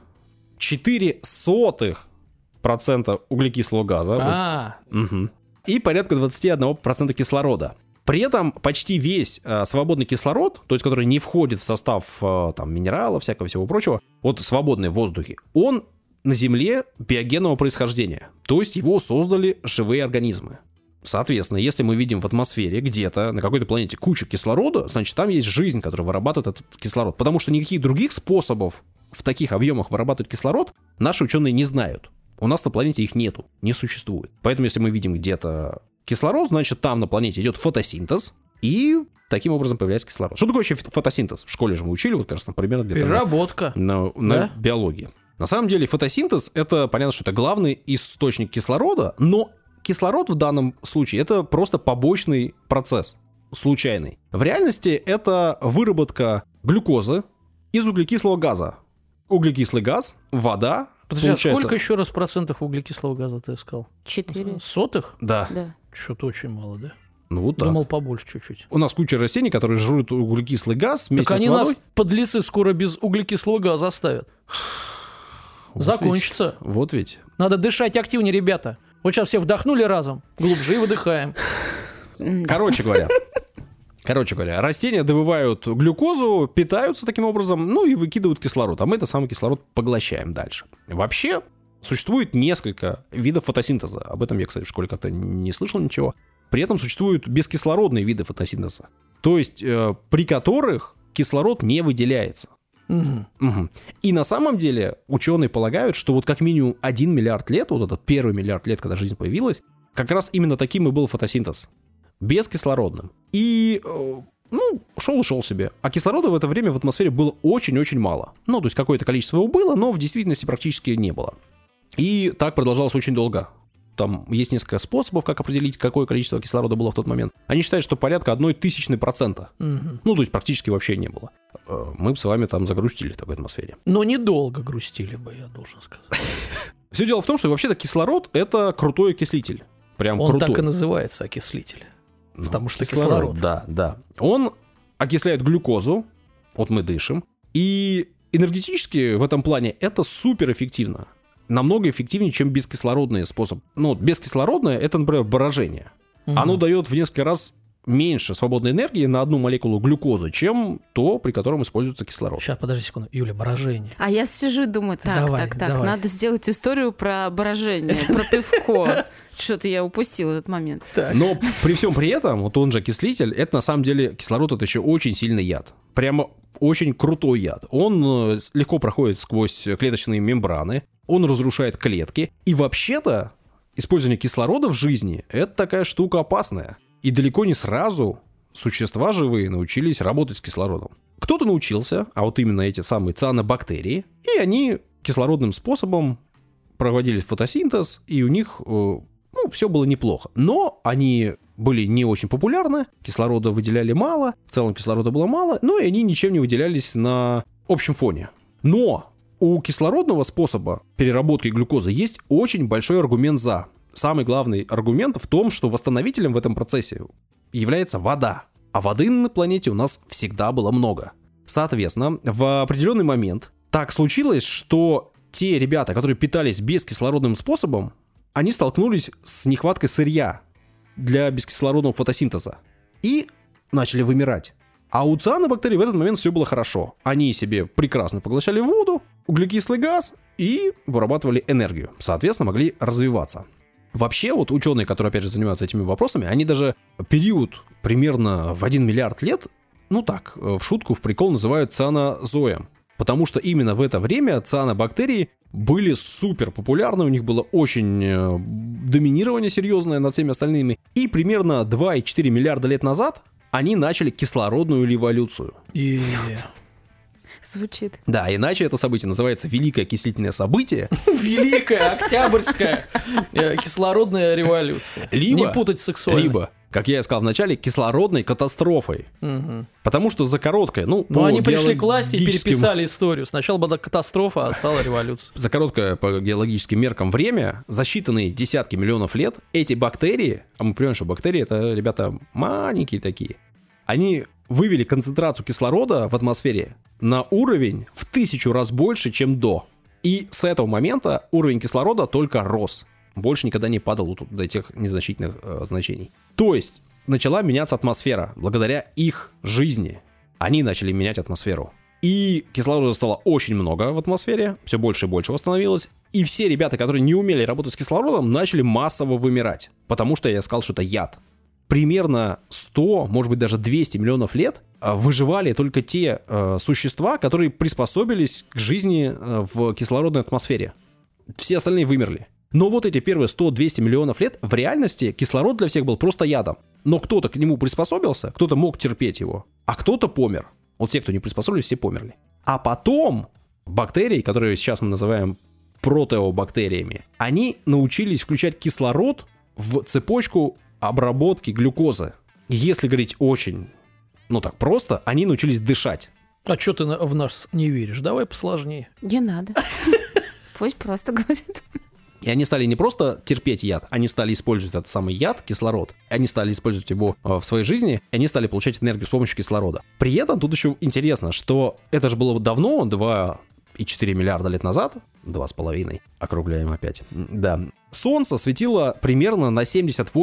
0,04% углекислого газа и порядка 21% кислорода. При этом почти весь свободный кислород, то есть который не входит в состав там, минералов, всякого всего прочего, вот свободный в воздухе, он на Земле биогенного происхождения. То есть его создали живые организмы. Соответственно, если мы видим в атмосфере где-то на какой-то планете кучу кислорода, значит там есть жизнь, которая вырабатывает этот кислород. Потому что никаких других способов в таких объемах вырабатывать кислород наши ученые не знают. У нас на планете их нету, не существует. Поэтому если мы видим где-то кислород, значит, там на планете идет фотосинтез, и таким образом появляется кислород. Что такое вообще фотосинтез? В школе же мы учили, вот как раз, например, где-то переработка на биологии. На самом деле фотосинтез, это понятно, что это главный источник кислорода, но кислород в данном случае это просто побочный процесс, случайный. В реальности это выработка глюкозы из углекислого газа. Углекислый газ, вода. Подожди, получается... а сколько еще раз процентов углекислого газа ты сказал? 4. Сотых? Да. Что-то очень мало, да? Ну, вот так. Думал, побольше чуть-чуть. У нас куча растений, которые жрут углекислый газ вместе с водой. Так они нас, подлецы, скоро без углекислого газа оставят. Вот закончится. Ведь, вот ведь. Надо дышать активнее, ребята. Вот сейчас все вдохнули разом, глубже и выдыхаем. Короче говоря, растения добывают глюкозу, питаются таким образом, ну и выкидывают кислород, а мы этот самый кислород поглощаем дальше. Вообще, существует несколько видов фотосинтеза. Об этом я, кстати, в школе как-то не слышал ничего. При этом существуют бескислородные виды фотосинтеза, то есть при которых кислород не выделяется. И на самом деле ученые полагают, что вот как минимум 1 миллиард лет, вот этот первый миллиард лет, когда жизнь появилась, как раз именно таким и был фотосинтез. Бескислородным. И, шел себе. А кислорода в это время в атмосфере было очень-очень мало. Ну, то есть какое-то количество его было, но в действительности практически не было. И так продолжалось очень долго. Там есть несколько способов, как определить, какое количество кислорода было в тот момент. Они считают, что порядка 0,01%. Ну, то есть практически вообще не было. Мы бы с вами там загрустили в такой атмосфере. Но недолго грустили бы, я должен сказать. Все дело в том, что вообще-то кислород — это крутой окислитель. Прям он крутой. Так и называется окислитель. Потому что кислород. Да. Он окисляет глюкозу, вот мы дышим, и энергетически в этом плане это суперэффективно. Намного эффективнее, чем бескислородный способ. Ну, бескислородное — это, например, брожение. Оно дает в несколько раз меньше свободной энергии на одну молекулу глюкозы, чем то, при котором используется кислород. Сейчас, подожди секунду. Юля, брожение. А я сижу и думаю, давай. надо сделать историю про брожение, про пивко. Что-то я упустила этот момент. Но при всем при этом, вот он же окислитель, это на самом деле кислород — это еще очень сильный яд. Прямо очень крутой яд. Он легко проходит сквозь клеточные мембраны, он разрушает клетки. И вообще-то использование кислорода в жизни — это такая штука опасная. И далеко не сразу существа живые научились работать с кислородом. Кто-то научился, а вот именно эти самые цианобактерии, и они кислородным способом проводили фотосинтез, и у них все было неплохо. Но они были не очень популярны, кислорода выделяли мало, в целом кислорода было мало, но и они ничем не выделялись на общем фоне. Но у кислородного способа переработки глюкозы есть очень большой аргумент «за». Самый главный аргумент в том, что восстановителем в этом процессе является вода. А воды на планете у нас всегда было много. Соответственно, в определенный момент так случилось, что те ребята, которые питались бескислородным способом, они столкнулись с нехваткой сырья для бескислородного фотосинтеза и начали вымирать. А у цианобактерий в этот момент все было хорошо. Они себе прекрасно поглощали воду, углекислый газ и вырабатывали энергию. Соответственно, могли развиваться. Вообще, вот ученые, которые, опять же, занимаются этими вопросами, они даже период примерно в 1 миллиард лет, в шутку, в прикол называют цианозоем. Потому что именно в это время цианобактерии были супер популярны, у них было очень доминирование серьезное над всеми остальными. И примерно 2,4 миллиарда лет назад они начали кислородную революцию. Звучит. Да, иначе это событие называется Великое окислительное событие. Великая Октябрьская кислородная революция. Не путать с сексуальной. Либо, как я и сказал в начале, кислородной катастрофой. Потому что за короткое, но они пришли к власти и переписали историю. Сначала была катастрофа, а стала революция. За короткое по геологическим меркам время, за считанные десятки миллионов лет, эти бактерии, а мы понимаем, что бактерии это, ребята, маленькие такие, они вывели концентрацию кислорода в атмосфере на уровень в 1000 раз больше, чем до. И с этого момента уровень кислорода только рос. Больше никогда не падал до этих незначительных значений. То есть начала меняться атмосфера благодаря их жизни. Они начали менять атмосферу. И кислорода стало очень много в атмосфере, все больше и больше его становилось. И все ребята, которые не умели работать с кислородом, начали массово вымирать. Потому что я сказал, что это яд. Примерно 100, может быть даже 200 миллионов лет выживали только те существа, которые приспособились к жизни в кислородной атмосфере. Все остальные вымерли. Но вот эти первые 100-200 миллионов лет в реальности кислород для всех был просто ядом. Но кто-то к нему приспособился, кто-то мог терпеть его, а кто-то помер. Вот те, кто не приспособились, все померли. А потом бактерии, которые сейчас мы называем протеобактериями, они научились включать кислород в цепочку обработки глюкозы. Если говорить очень, так просто, они научились дышать. А что ты в нас не веришь? Давай посложнее. Не надо. Пусть просто говорит. И они стали не просто терпеть яд, они стали использовать этот самый яд, кислород. Они стали использовать его в своей жизни, и они стали получать энергию с помощью кислорода. При этом тут еще интересно, что это же было давно, 2,4 миллиарда лет назад, 2,5, округляем опять, да. Солнце светило примерно на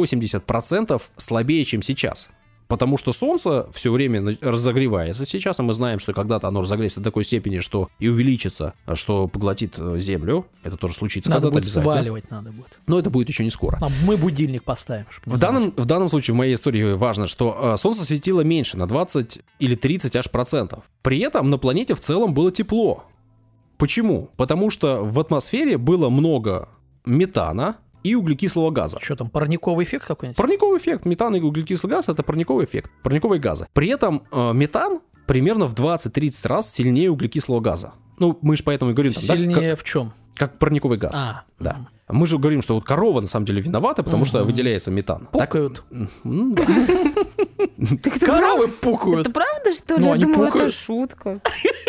70-80% слабее, чем сейчас. Потому что Солнце все время разогревается сейчас, а мы знаем, что когда-то оно разогреется до такой степени, что и увеличится, что поглотит Землю. Это тоже случится надо когда-то будет сваливать, надо будет. Но это будет еще не скоро. Мы будильник поставим. В данном случае, в моей истории важно, что Солнце светило меньше, на 20 или 30 аж процентов. При этом на планете в целом было тепло. Почему? Потому что в атмосфере было много метана и углекислого газа. Что там, парниковый эффект какой-нибудь? Парниковый эффект. Метан и углекислый газ — это парниковый эффект. Парниковые газы. При этом метан примерно в 20-30 раз сильнее углекислого газа. Мы же поэтому и говорим... Сильнее в чем? Как парниковый газ. Да. Мы же говорим, что вот корова на самом деле виновата, потому что выделяется метан. Пукают. Коровы пукают. Это правда, что ли? Я думала, это шутка.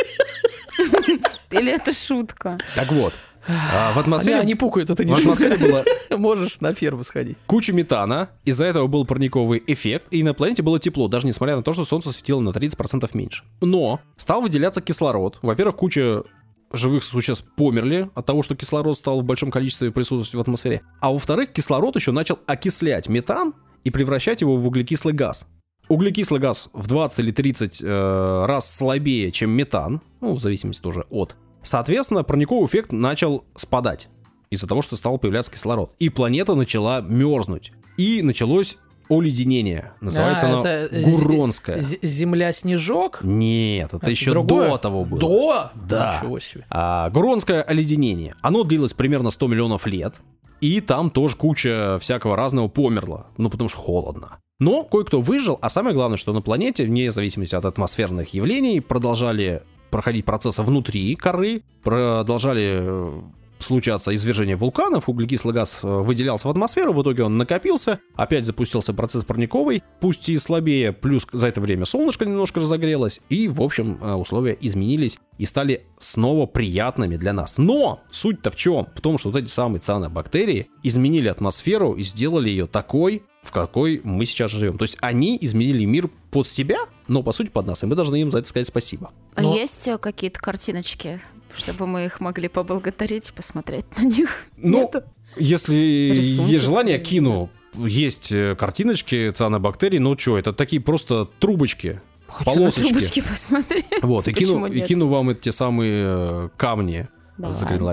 Или это шутка? Так вот. В атмосфере... Они пукают, это не шутка. Было... Можешь на ферму сходить. Куча метана, из-за этого был парниковый эффект, и на планете было тепло, даже несмотря на то, что Солнце светило на 30% меньше. Но стал выделяться кислород. Во-первых, куча живых существ померли от того, что кислород стал в большом количестве присутствовать в атмосфере. А во-вторых, кислород еще начал окислять метан и превращать его в углекислый газ. Углекислый газ в 20 или 30 раз слабее, чем метан, в зависимости тоже от. Соответственно, парниковый эффект начал спадать из-за того, что стал появляться кислород. И планета начала мерзнуть. И началось оледенение. Называется оно Гуронское. Земля-снежок? Нет, это еще другое? До того было. До? Да. Гуронское оледенение. Оно длилось примерно 100 миллионов лет. И там тоже куча всякого разного померла. Потому что холодно. Но кое-кто выжил. А самое главное, что на планете, вне зависимости от атмосферных явлений, продолжали проходить процессы внутри коры, продолжали случаться извержения вулканов, углекислый газ выделялся в атмосферу, в итоге он накопился, опять запустился процесс парниковый, пусть и слабее, плюс за это время солнышко немножко разогрелось, и, в общем, условия изменились и стали снова приятными для нас. Но суть-то в чем? В том, что вот эти самые цианобактерии изменили атмосферу и сделали ее такой, в какой мы сейчас живем. То есть они изменили мир под себя, но по сути под нас, и мы должны им за это сказать спасибо. А есть какие-то картиночки, чтобы мы их могли поблагодарить, посмотреть на них? Если есть желание, кину. Есть картиночки цианобактерий, это такие просто трубочки. Хочу полосочки. На трубочки посмотреть. Вот, и кину вам те самые камни с Гренландии.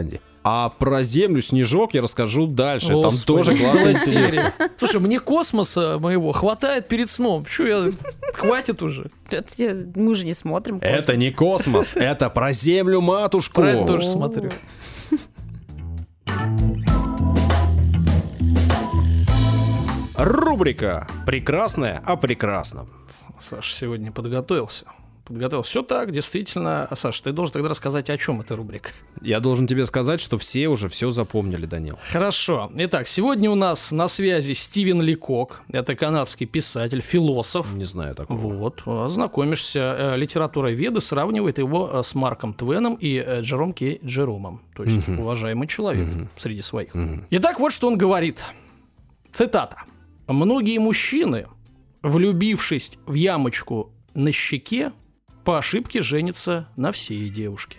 А про Землю, Снежок я расскажу дальше. Там тоже классно интересно. Слушай, мне космоса моего хватает перед сном. Хватит уже. Мы же не смотрим космос. Это не космос, это про Землю-матушку. Про это тоже смотрю. Рубрика «Прекрасное о прекрасном». Саша сегодня подготовился. Все так, действительно. Саша, ты должен тогда рассказать, о чем эта рубрика. Я должен тебе сказать, что все уже все запомнили, Данил. Хорошо. Итак, сегодня у нас на связи Стивен Ликок. Это канадский писатель, философ. Не знаю такого. Вот. Ознакомишься. Литературоведы сравнивают его с Марком Твеном и Джером Кей Джеромом. То есть уважаемый человек среди своих. Итак, вот что он говорит. Цитата. «Многие мужчины, влюбившись в ямочку на щеке, по ошибке женятся на всей девушке».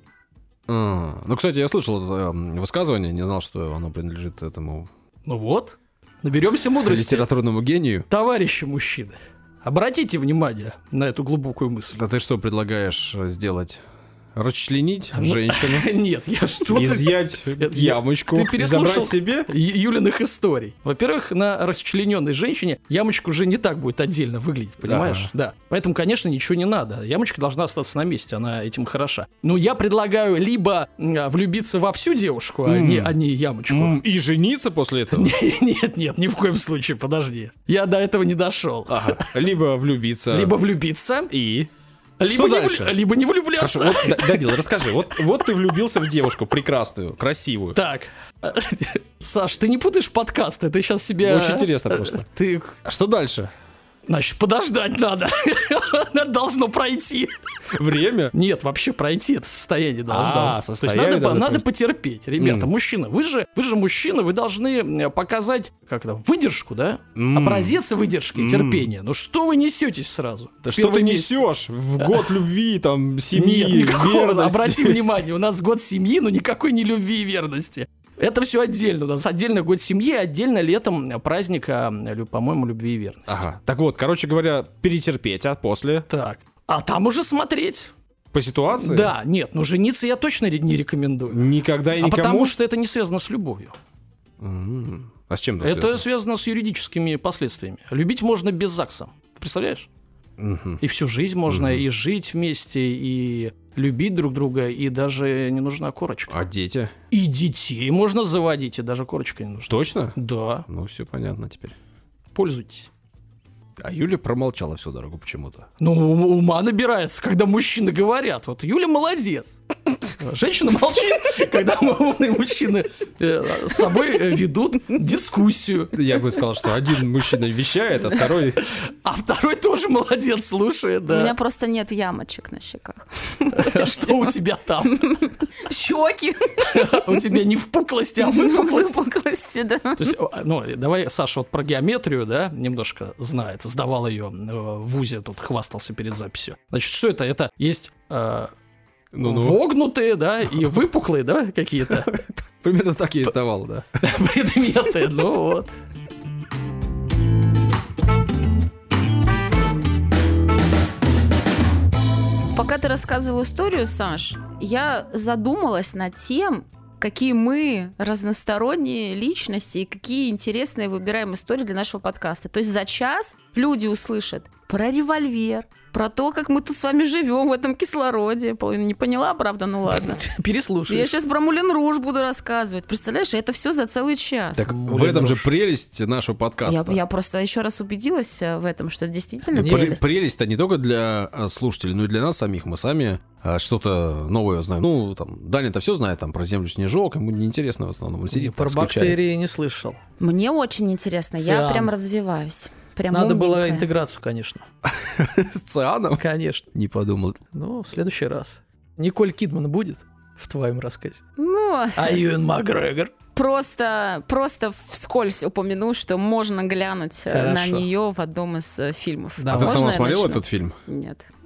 Ну, кстати, я слышал это высказывание, не знал, что оно принадлежит этому... Ну вот, наберемся мудрости. Литературному гению. Товарищи мужчины, обратите внимание на эту глубокую мысль. Да ты что предлагаешь сделать? Расчленить женщину? Нет, я что-то... Изъять ямочку и забрать себе? Юлиных историй. Во-первых, на расчлененной женщине ямочка уже не так будет отдельно выглядеть, понимаешь? Да. Поэтому, конечно, ничего не надо. Ямочка должна остаться на месте, она этим хороша. Но я предлагаю либо влюбиться во всю девушку, а не ямочку. И жениться после этого? Нет, ни в коем случае, подожди. Я до этого не дошел. Либо влюбиться. И... Либо не влюбляться. Хорошо, вот, Данил, расскажи, вот ты влюбился в девушку прекрасную, красивую. Так, Саш, ты не путаешь подкасты, ты сейчас себе... Очень интересно просто. А что дальше? Значит, подождать надо. Это должно пройти. Время? Нет, вообще пройти это состояние должно. Состояние. То есть надо потерпеть. Ребята, мужчины, вы же мужчины, вы должны показать выдержку, да? Образец выдержки, терпения. Ну что вы несетесь сразу? Да что ты несешь? В год любви, там, семьи, верности. Обрати внимание, у нас год семьи, но никакой не любви и верности. Это все отдельно. У нас отдельно год семьи, отдельно летом праздника, по-моему, любви и верности. Ага. Так вот, короче говоря, перетерпеть, а после? Так. А там уже смотреть. По ситуации? Да, нет, жениться я точно не рекомендую. Никогда и никому? Потому что это не связано с любовью. А с чем это связано? Это связано с юридическими последствиями. Любить можно без ЗАГСа. Представляешь? И всю жизнь можно и жить вместе, и любить друг друга, и даже не нужна корочка. А дети? И детей можно заводить, и даже корочка не нужна. Точно? Да. Ну, все понятно теперь. Пользуйтесь. А Юля промолчала всю дорогу почему-то. Ну, ума набирается, когда мужчины говорят. Вот Юля молодец. Женщина молчит, когда умные мужчины с собой ведут дискуссию. Я бы сказал, что один мужчина вещает, а второй... А второй тоже молодец, слушает, да. У меня просто нет ямочек на щеках. Что у тебя там? Щеки. У тебя не впуклости, а выпуклости. Выпуклости, да. То есть, давай Саша вот про геометрию, да, немножко знает. Сдавал ее в вузе, тут хвастался перед записью. Значит, что это? Это есть... вогнутые, да, и выпуклые, да, какие-то. Примерно так я и сдавал, да. Предметы, ну вот. Пока ты рассказывал историю, Саш, я задумалась над тем, какие мы разносторонние личности и какие интересные выбираем истории для нашего подкаста. То есть за час люди услышат про револьвер, про то, как мы тут с вами живем в этом кислороде. Половина не поняла, правда? Ну ладно. Переслушай. Я сейчас про Мулен Руж буду рассказывать. Представляешь, это все за целый час. Так в этом же прелесть нашего подкаста. Я просто еще раз убедилась в этом, что это действительно прелесть. Прелесть-то не только для слушателей, но и для нас самих. Мы сами что-то новое знаем. Ну, там, Даня-то все знает там про Землю, Снежок. Ему неинтересно в основном. Он сидит, про бактерии не слышал. Мне очень интересно. Я прям развиваюсь. Прям надо умненькая. было интеграцию, конечно. С цианом? Конечно. Не подумал. Ну, в следующий раз. Николь Кидман будет в твоем рассказе? Ну... А Юэн Макгрегор? Просто вскользь упомяну, что можно глянуть на нее в одном из фильмов. Да, а ты сама смотрела этот фильм? Нет.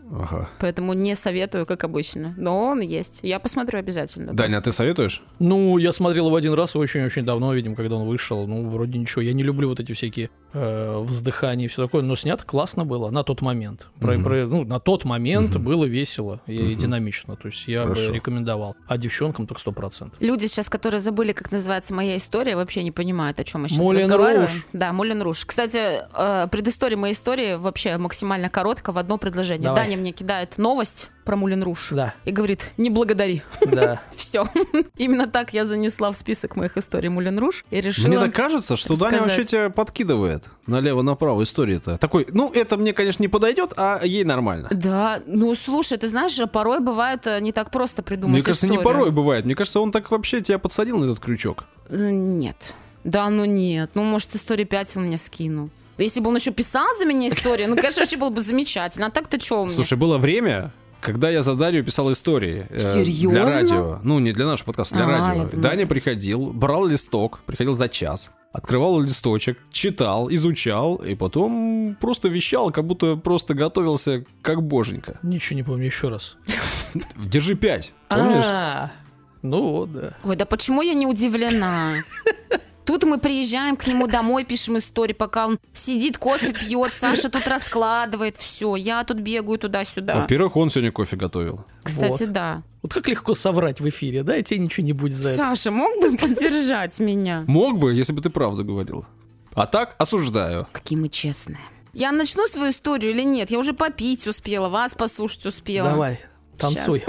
Ага. Поэтому не советую, как обычно. Но он есть. Я посмотрю обязательно. Даня, а ты советуешь? Ну, я смотрел его один раз очень-очень давно, видимо, когда он вышел. Ну, вроде ничего. Я не люблю вот эти всякие вздыхания и все такое. Но снято классно было на тот момент. На тот момент было весело и динамично. То есть я бы рекомендовал. А девчонкам так 100%. Люди сейчас, которые забыли, как называется моя история, вообще не понимают, о чем мы сейчас Мулен разговариваем. Руж. Да, Мулен Руж. Кстати, предыстория моей истории вообще максимально короткая, в одно предложение. Давай. Даня мне кидает новость про Мулен Руж. Да. И говорит, не благодари. Да. Все. Именно так я занесла в список моих историй Мулен Руж и решила... Мне так кажется, что Даня вообще тебя подкидывает налево-направо истории-то. Такой, это мне, конечно, не подойдет, а ей нормально. Да, слушай, ты знаешь, порой бывает не так просто придумать Мне кажется, историю. не порой бывает. Мне кажется, он так вообще тебя подсадил на этот крючок. Нет. Да, нет. Может, истории 5 он мне скинул. Если бы он еще писал за меня историю, конечно, вообще было бы замечательно. А так-то что у меня? Слушай, было время, когда я за Даню писал истории. Серьезно? Для радио. Не для нашего подкаста, для радио. я думала. Даня приходил, брал листок, приходил за час, открывал листочек, читал, изучал, и потом просто вещал, как будто просто готовился как боженька. Ничего не помню, еще раз. Держи 5, помнишь? Ну вот, да. Ой, да почему я не удивлена? Тут мы приезжаем к нему домой, пишем истории, пока он сидит, кофе пьет, Саша тут раскладывает, все, я тут бегаю туда-сюда. Во-первых, он сегодня кофе готовил. Кстати, Вот. да. Вот как легко соврать в эфире, да? И тебе ничего не будет за это. Саша, мог бы поддержать меня? Мог бы, если бы ты правду говорил. А так осуждаю. Какие мы честные. Я начну свою историю или нет? Я уже попить успела, вас послушать успела. Давай, танцуй.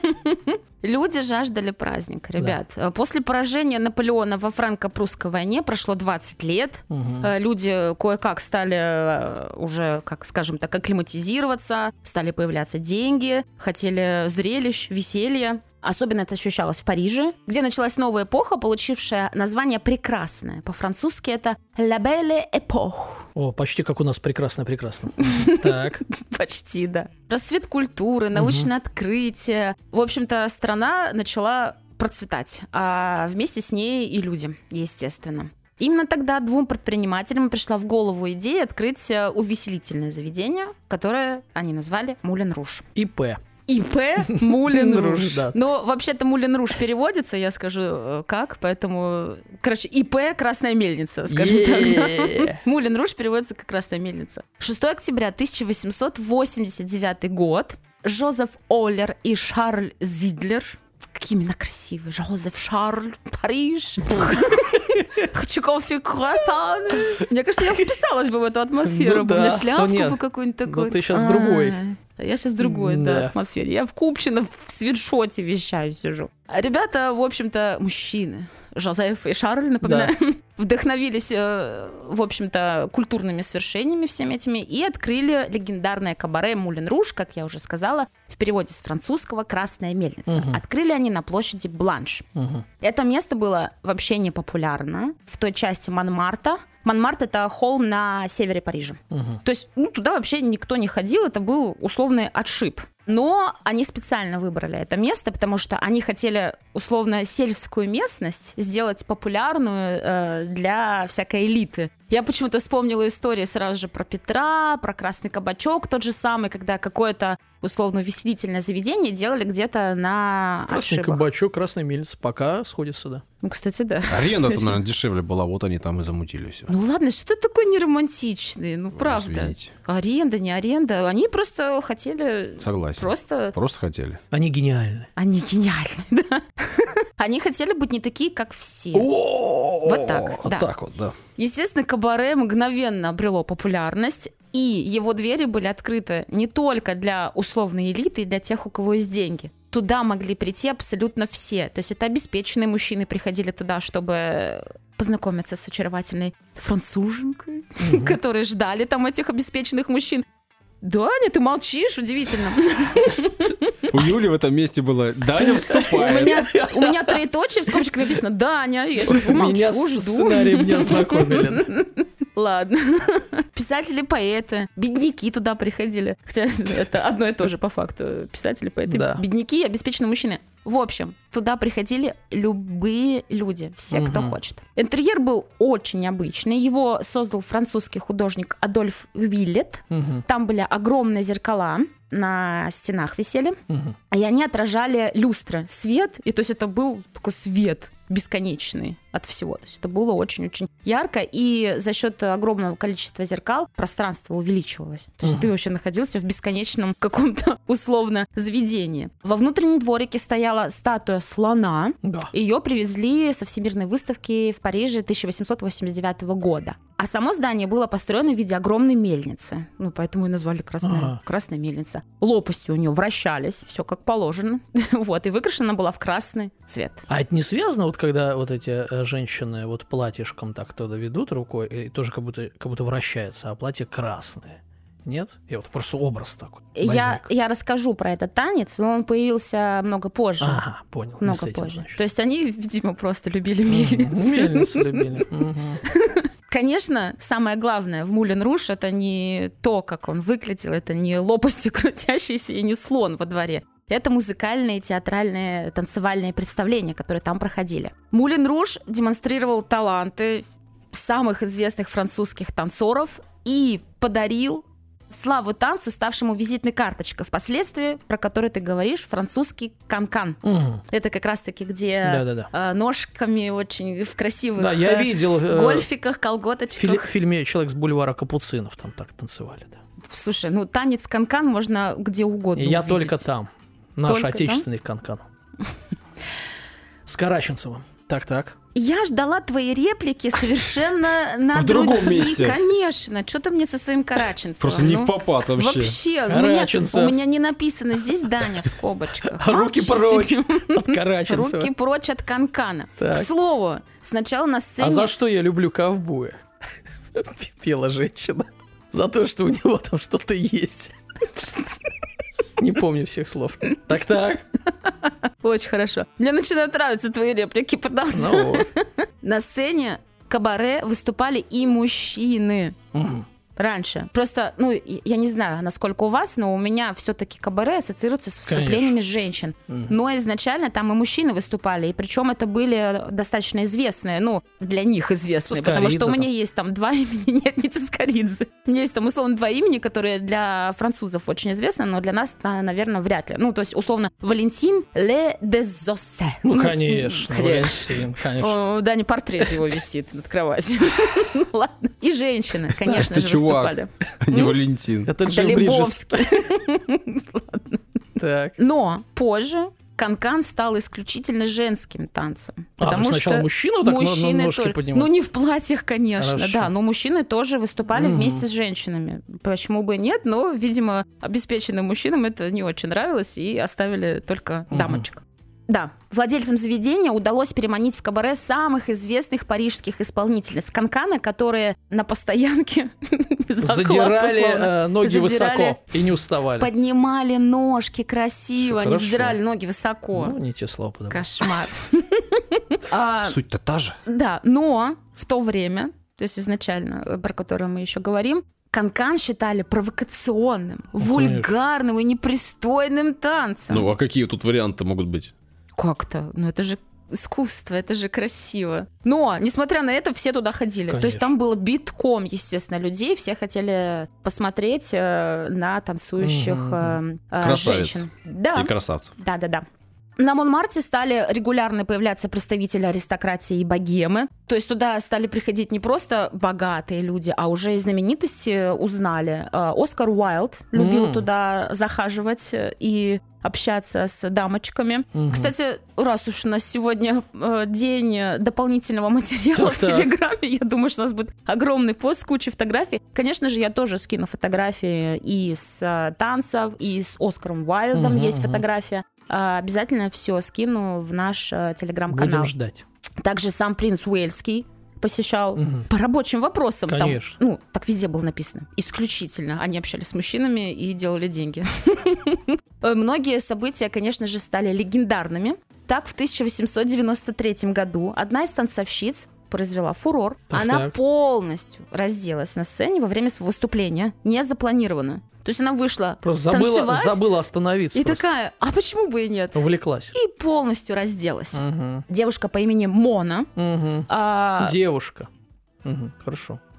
Люди жаждали праздника, ребят. Да. После поражения Наполеона во франко-прусской войне прошло 20 лет. Люди кое-как стали уже, скажем так, акклиматизироваться, стали появляться деньги, хотели зрелищ, веселья. Особенно это ощущалось в Париже, где началась новая эпоха, получившая название «Прекрасная». По-французски это «La belle époque». О, почти как у нас «Прекрасно-прекрасно». Так. Почти, да. Расцвет культуры, научное открытие. В общем-то, страна начала процветать, а вместе с ней и люди, естественно. Именно тогда 2 предпринимателям пришла в голову идея открыть увеселительное заведение, которое они назвали «Мулен Руж». ИП Мулен Руж. Да. Но вообще-то Мулен Руж переводится, я скажу как, поэтому, ИП «Красная мельница», скажем так. Да. Мулен Руж переводится как «Красная мельница». 6 октября 1889 год. Жозеф Оллер и Шарль Зидлер. Какие имена красивые. Жозеф, Шарль, Париж. Хочу кофе, круассан. Мне кажется, я вписалась бы в эту атмосферу. У меня шляпку бы какую-нибудь такую. Ну, ты сейчас другой. Я сейчас в другой, атмосфере. Я в Купчино в свитшоте вещаю, сижу. А ребята, в общем-то, мужчины. Жозеф и Шарль, напоминаю, вдохновились, в общем-то, культурными свершениями всеми этими и открыли легендарное кабаре «Мулен Руж», как я уже сказала, в переводе с французского «Красная мельница». Открыли они на площади Бланш. Это место было вообще не популярно в той части Монмарта. Монмарт — это холм на севере Парижа. То есть туда вообще никто не ходил, это был условный отшиб. Но они специально выбрали это место, потому что они хотели условно сельскую местность сделать популярную для всякой элиты. Я почему-то вспомнила историю сразу же про Петра, про Красный кабачок, тот же самый, когда какое-то условно увеселительное заведение делали где-то на Красный отшибах. кабачок, Красная мельница пока сходятся, да. Кстати, да. Аренда-то, наверное, дешевле была, вот они там и замутили все. Ладно, что ты такой неромантичный, правда. Извините. Аренда, не аренда. Они просто хотели... Согласен. Просто хотели. Они гениальны. Они гениальны, да. Они хотели быть не такие, как все. Вот так, Вот да. так вот, да. Естественно, кабаре мгновенно обрело популярность, и его двери были открыты не только для условной элиты и для тех, у кого есть деньги. Туда могли прийти абсолютно все. То есть это обеспеченные мужчины приходили туда, чтобы познакомиться с очаровательной француженкой, которые ждали там этих обеспеченных мужчин. Даня, ты молчишь, удивительно. У Юли в этом месте было «Даня вступает». У меня троеточие, в скобочках написано «Даня», я сижу, Меня молчу, с жду. сценарием не ознакомили. Ладно. Писатели, поэты, бедняки туда приходили. Хотя это одно и то же по факту. Писатели, поэты, Да. бедняки, обеспеченные мужчины. В общем, туда приходили любые люди, все, кто хочет. Интерьер был очень необычный. Его создал французский художник Адольф Виллет. Там были огромные зеркала. на стенах висели, и они отражали люстры, свет, и то есть это был такой свет бесконечный от всего. То есть это было очень-очень ярко, и за счет огромного количества зеркал пространство увеличивалось. То есть ты вообще находился в бесконечном каком-то условно заведении. Во внутреннем дворике стояла статуя слона. Да. Ее привезли со Всемирной выставки в Париже 1889 года. А само здание было построено в виде огромной мельницы. Ну, поэтому и назвали красная мельница. Лопасти у нее вращались, все как положено. Вот, и выкрашена была в красный цвет. А это не связано, вот когда вот эти женщины вот платьишком так туда ведут рукой, и тоже как будто вращается, а платье красное? Нет? Я вот просто образ такой возник. Я расскажу про этот танец, но он появился много позже. Ага, понял. Много позже. Значит. То есть они, видимо, просто любили мельницу. Мельницу любили. Конечно, самое главное в Мулен Руж — это не то, как он выглядел, это не лопасти крутящиеся и не слон во дворе. Это музыкальные, театральные, танцевальные представления, которые там проходили. Мулен Руж демонстрировал таланты самых известных французских танцоров и подарил славу танцу, ставшему визитной карточкой впоследствии, про который ты говоришь, французский канкан. Это как раз-таки, где ножками очень в красивых я видел, гольфиках, колготочках. В фильме «Человек с бульвара Капуцинов» там так танцевали. Да. Слушай, танец канкан можно где угодно Я увидеть. Только там. Наш отечественный канкан. С Караченцевым. Так. Я ждала твои реплики совершенно на в другом месте. Конечно. Что ты мне со своим Караченцевым? Просто не в попад вообще. Вообще. У меня не написано здесь Даня в скобочках. Руки прочь от Караченцева. Руки прочь от канкана. Так. К слову, сначала на сцене... А за что я люблю ковбоя? Пела женщина. За то, что у него там что-то есть. Не помню всех слов. Так. Очень хорошо. Мне начинают нравиться твои реплики. Продолжай. На сцене кабаре выступали и мужчины. Раньше. Просто, я не знаю, насколько у вас, но у меня все-таки кабаре ассоциируется с выступлениями женщин. Но изначально там и мужчины выступали, и причем это были достаточно известные, для них известные, потому что у меня есть там два имени, нет, не Цискоридзе. У меня есть там условно два имени, которые для французов очень известны, но для нас, наверное, вряд ли. То есть, условно, Валентин Ле Дезоссе. Конечно. Валентин, конечно. У Дани портрет его висит над кроватью. Ладно. И женщины, конечно же, выступали. А не Валентин. Это Джим Бриджес. Ладно. Так. Но позже канкан стал исключительно женским танцем. Потому сначала что мужчины так ножки поднимали? Не в платьях, конечно, Хорошо. да, но мужчины тоже выступали вместе с женщинами. Почему бы и нет, но, видимо, обеспеченным мужчинам это не очень нравилось и оставили только дамочек. Да, владельцам заведения удалось переманить в кабаре самых известных парижских исполнительниц канкана, которые на постоянке задирали ноги высоко и не уставали. Поднимали ножки красиво, они задирали ноги высоко. Не те слова подобрал. Кошмар. Суть-то та же. Да, но в то время, то есть изначально, про которое мы еще говорим, канкан считали провокационным, вульгарным и непристойным танцем. А какие тут варианты могут быть? Как-то? Это же искусство, это же красиво. Но, несмотря на это, все туда ходили. Конечно. То есть там было битком, естественно, людей. Все хотели посмотреть на танцующих женщин. Да. И красавцев. Да. На Монмарте стали регулярно появляться представители аристократии и богемы. То есть туда стали приходить не просто богатые люди, а уже и знаменитости узнали. Оскар Уайлд любил туда захаживать и общаться с дамочками. Кстати, раз уж у нас сегодня день дополнительного материала в Телеграме, я думаю, что у нас будет огромный пост с кучей фотографий. Конечно же, я тоже скину фотографии и с танцев, и с Оскаром Уайлдом есть фотография. Обязательно все скину в наш телеграм-канал. Будем ждать. Также сам принц Уэльский посещал по рабочим вопросам. Конечно. Там, так везде было написано. Исключительно. Они общались с мужчинами и делали деньги. Многие события, конечно же, стали легендарными. Так, в 1893 году одна из танцовщиц произвела фурор. Она полностью разделась на сцене во время своего выступления. Не запланировано. То есть она вышла просто забыла остановиться. И такая, а почему бы и нет? Увлеклась. И полностью разделась. Девушка по имени Мона. Девушка. Хорошо.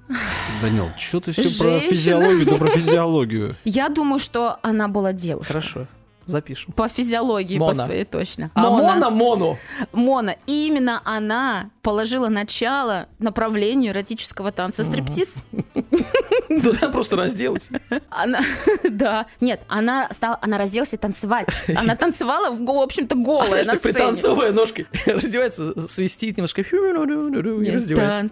Данил, что ты все про физиологию, да про физиологию? Я думаю, что она была девушкой. Хорошо. Запишем. По физиологии, по своей точно. Моно. Мона. И именно она положила начало направлению эротического танца стриптиз. Да, просто разделась. Да. Нет, она разделась и танцевать. Она танцевала, в общем-то, голая на сцене. Пританцовывая ножкой, раздевается, свистит немножко и раздевается.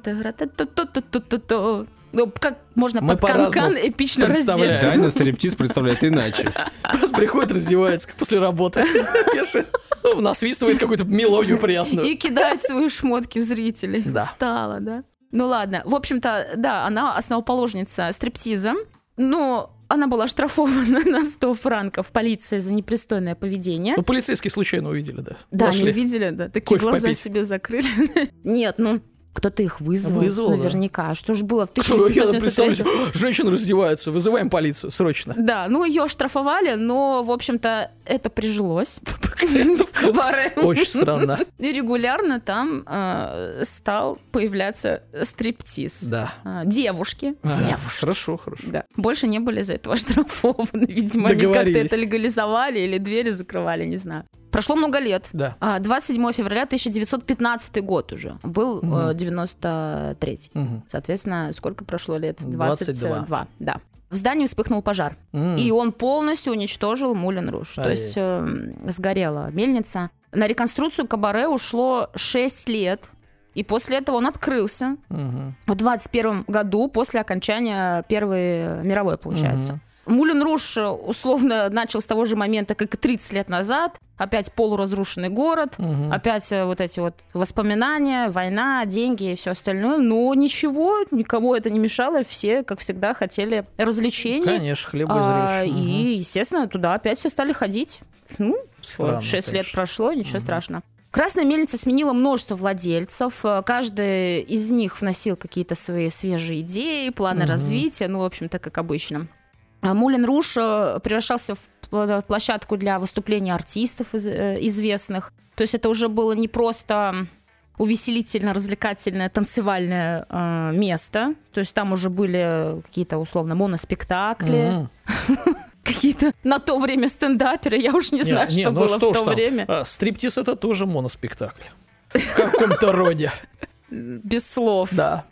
Ну, как можно под канкан эпично раздеться. Даня стриптиз представляет иначе. Просто приходит, раздевается, как после работы. Насвистывает какую-то мелодию приятную. И кидает свои шмотки в зрителей. Встала, да. Ну ладно. В общем-то, да, она основоположница стриптиза. Но она была оштрафована на 100 франков полицией за непристойное поведение. Ну, полицейские случайно увидели, да. Да, они увидели, да. Такие глаза себе закрыли. Нет, ну... Кто-то их вызвал наверняка. Да. Что же было в 1793? Женщина раздевается, вызываем полицию, срочно. Да, ну ее оштрафовали, но, в общем-то, это прижилось в кабаре. Очень странно. И регулярно там стал появляться стриптиз. Да. Девушки. Хорошо. Да. Больше не были за этого оштрафованы. Видимо, они как-то это легализовали или двери закрывали, не знаю. Прошло много лет. Да. 27 февраля 1915 год уже. Был 93-й. Соответственно, сколько прошло лет? 22. Да. В здании вспыхнул пожар. И он полностью уничтожил Мулен Руж. То есть сгорела мельница. На реконструкцию кабаре ушло 6 лет. И после этого он открылся в 21 году, после окончания Первой мировой, получается. Мулен Руж условно начал с того же момента, как и 30 лет назад. Опять полуразрушенный город, опять вот эти вот воспоминания, война, деньги и все остальное. Но ничего, никому это не мешало. Все, как всегда, хотели развлечений. Конечно, хлеба изрежь. И, естественно, туда опять все стали ходить. Ну, странно, 6 лет прошло, ничего страшного. Красная мельница сменила множество владельцев. Каждый из них вносил какие-то свои свежие идеи, планы развития. Ну, в общем-то, как обычно. Мулен Руж превращался в площадку для выступления артистов известных. То есть это уже было не просто увеселительно-развлекательное танцевальное место. То есть там уже были какие-то условно моноспектакли. Какие-то на то время стендаперы. Я уж не знаю, что было в то время. Стриптиз — это тоже моноспектакль. В каком-то роде. Без слов. Да.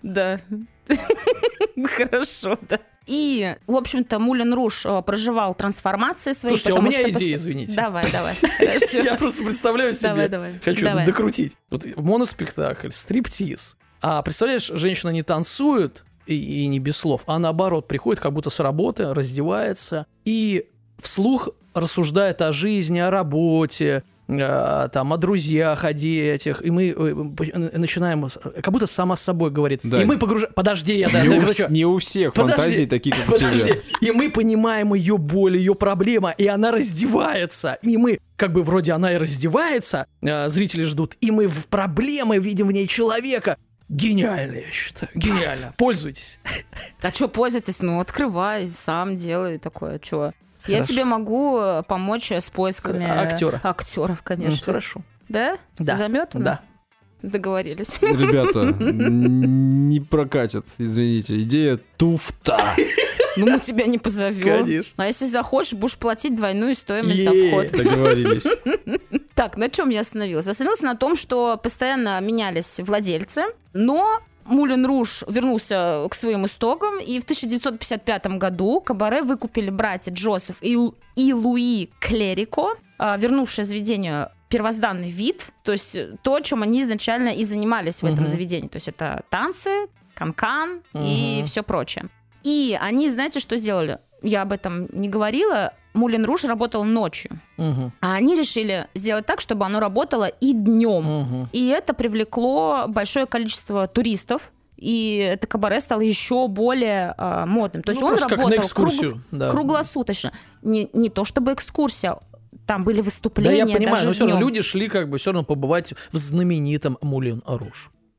Хорошо, да. И, в общем-то, Мулен Руж проживал трансформации свои. Слушайте, у меня идея, извините. Давай. Я просто представляю себе. Хочу докрутить. Вот моноспектакль, стриптиз. А представляешь, женщина не танцует и не без слов, а наоборот, приходит как будто с работы, раздевается и вслух рассуждает о жизни, о работе, там, о друзьях, о детях, и мы начинаем, как будто сама с собой говорит, да. И мы погружаем... Подожди, не у всех фантазии такие, как у тебя. И мы понимаем ее боль, ее проблема, и она раздевается, и мы, как бы вроде она и раздевается, зрители ждут, и мы в проблемы видим в ней человека. Гениально, я считаю, гениально. Пользуйтесь. А что пользуйтесь? Ну, открывай, сам делай такое, что... Я тебе могу помочь с поисками актеров, конечно. Хорошо. Да? Да. Заметано? Да. Договорились. Ребята, не прокатит, извините. Идея туфта. Ну, мы тебя не позовем. Конечно. А если захочешь, будешь платить двойную стоимость за вход. Договорились. Так, на чем я остановилась? Остановилась на том, что постоянно менялись владельцы, но Мулен Руж вернулся к своим истокам, и в 1955 году кабаре выкупили братья Джозеф и Луи Клерико, вернувшие заведению первозданный вид, то есть то, чем они изначально и занимались в этом заведении. То есть это танцы, канкан и все прочее. И они, знаете, что сделали? Я об этом не говорила. Мулен Руж работал ночью. А они решили сделать так, чтобы оно работало и днем. И это привлекло большое количество туристов. И это кабаре стало еще более модным. То есть он работал круглосуточно. Не то чтобы экскурсия. Там были выступления. Да, я понимаю, даже но все равно днем. люди шли как бы все равно побывать в знаменитом Мулен Руж.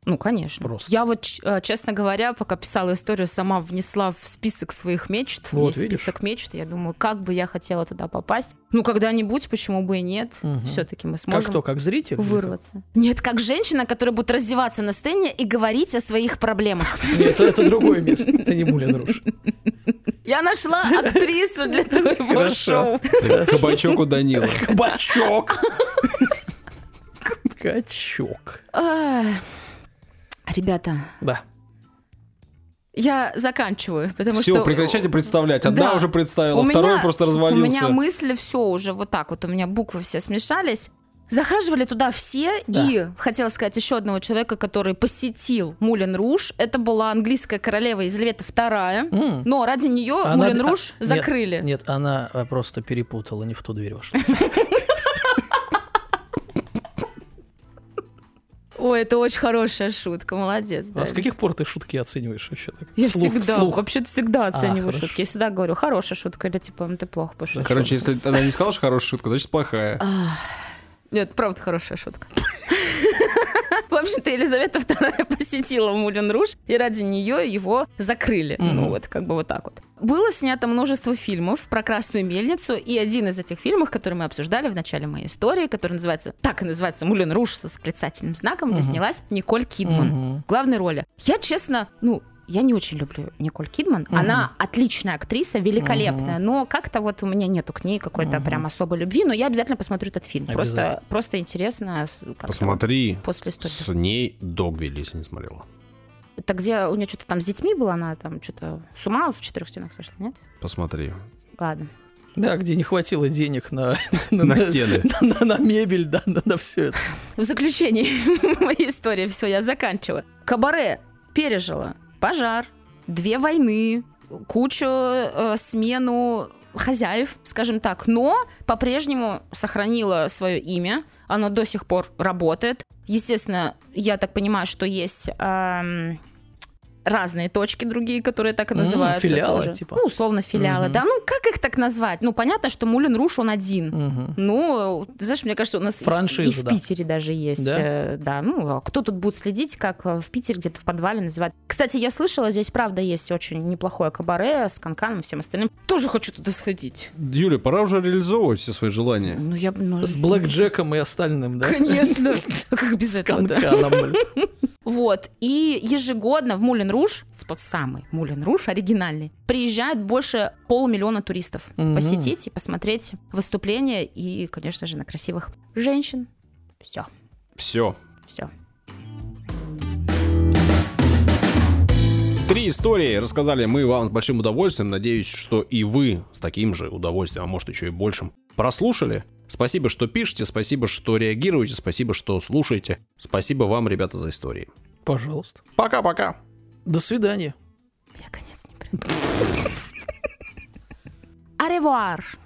Ну, конечно. Просто. Я вот, честно говоря, пока писала историю, сама внесла в список своих мечт. Вот, есть видишь? список мечт. Я думаю, как бы я хотела туда попасть. Ну, когда-нибудь, почему бы и нет. Все-таки мы сможем Как кто, как зритель? вырваться. Нет, как женщина, которая будет раздеваться на сцене и говорить о своих проблемах. Нет, это другое место. Это не Мулен Руж. Я нашла актрису для твоего шоу. Кабачок у Данила. Кабачок. Кабачок. Ребята, Да. я заканчиваю, потому Все, что... прекращайте представлять. Одна Да. уже представила, У второй меня- просто развалился. У меня мысли все уже вот так вот, у меня буквы все смешались. Захаживали туда все, Да. и хотела сказать еще одного человека, который посетил Мулен Руж. Это была английская королева Елизавета II, но ради нее Мулен Руж закрыли. Нет, она просто перепутала, не в ту дверь вошла. Ой, это очень хорошая шутка, молодец. А с каких пор ты шутки оцениваешь вообще? Так? Я Вслух. вообще-то всегда оцениваю хорошо. шутки. Я всегда говорю, хорошая шутка, или типа, ты плохо пошутил. Короче, если она не сказала, что хорошая шутка, значит плохая. Нет, правда хорошая шутка. В общем-то, Елизавета II посетила Мулен Руж, и ради нее его закрыли. Ну вот, как бы вот так вот. Было снято множество фильмов про Красную Мельницу, и один из этих фильмов, который мы обсуждали в начале моей истории, который называется, так и называется, «Мулен Руж» с восклицательным знаком, где снялась Николь Кидман в главной роли. Я, честно, я не очень люблю Николь Кидман. Она отличная актриса, великолепная, но как-то вот у меня нету к ней какой-то прям особой любви, но я обязательно посмотрю этот фильм. Просто интересно. Посмотри, после истории. с ней Догвиль, если не смотрела. Это где у нее что-то там с детьми было, она там что-то с ума в 4 стенах сошла, нет? Посмотри. Ладно. Да, где не хватило денег на стены. На мебель, да, на все это. В заключении моей истории, все, я заканчиваю. Кабаре пережила пожар, 2 войны, кучу смену хозяев, скажем так, но по-прежнему сохранила свое имя, оно до сих пор работает. Естественно, я так понимаю, что есть разные точки другие, которые так и называются. Филиалы, тоже. типа. Ну, условно, филиалы, да. Ну, как их так назвать? Ну, понятно, что Мулен Руж, он один. Ну, ты знаешь, мне кажется, у нас франшиза, и в Питере даже есть. Да? Да, ну, кто тут будет следить, как в Питере где-то в подвале называют. Кстати, я слышала, здесь, правда, есть очень неплохое кабаре с канканом и всем остальным. Тоже хочу туда сходить. Юля, пора уже реализовывать все свои желания. Ну, я... С блэкджеком и остальным, да? Конечно. Как без этого-то? Канканом, блин. Вот. И ежегодно в Мулен Руж, в тот самый Мулен Руж, оригинальный, приезжает больше 500 000 туристов посетить и посмотреть выступления и, конечно же, на красивых женщин. Все. Все. 3 истории рассказали мы вам с большим удовольствием. Надеюсь, что и вы с таким же удовольствием, а может еще и большим, прослушали. Спасибо, что пишете, спасибо, что реагируете, спасибо, что слушаете. Спасибо вам, ребята, за истории. Пожалуйста. Пока-пока. До свидания. Я конец не придумала. Au revoir.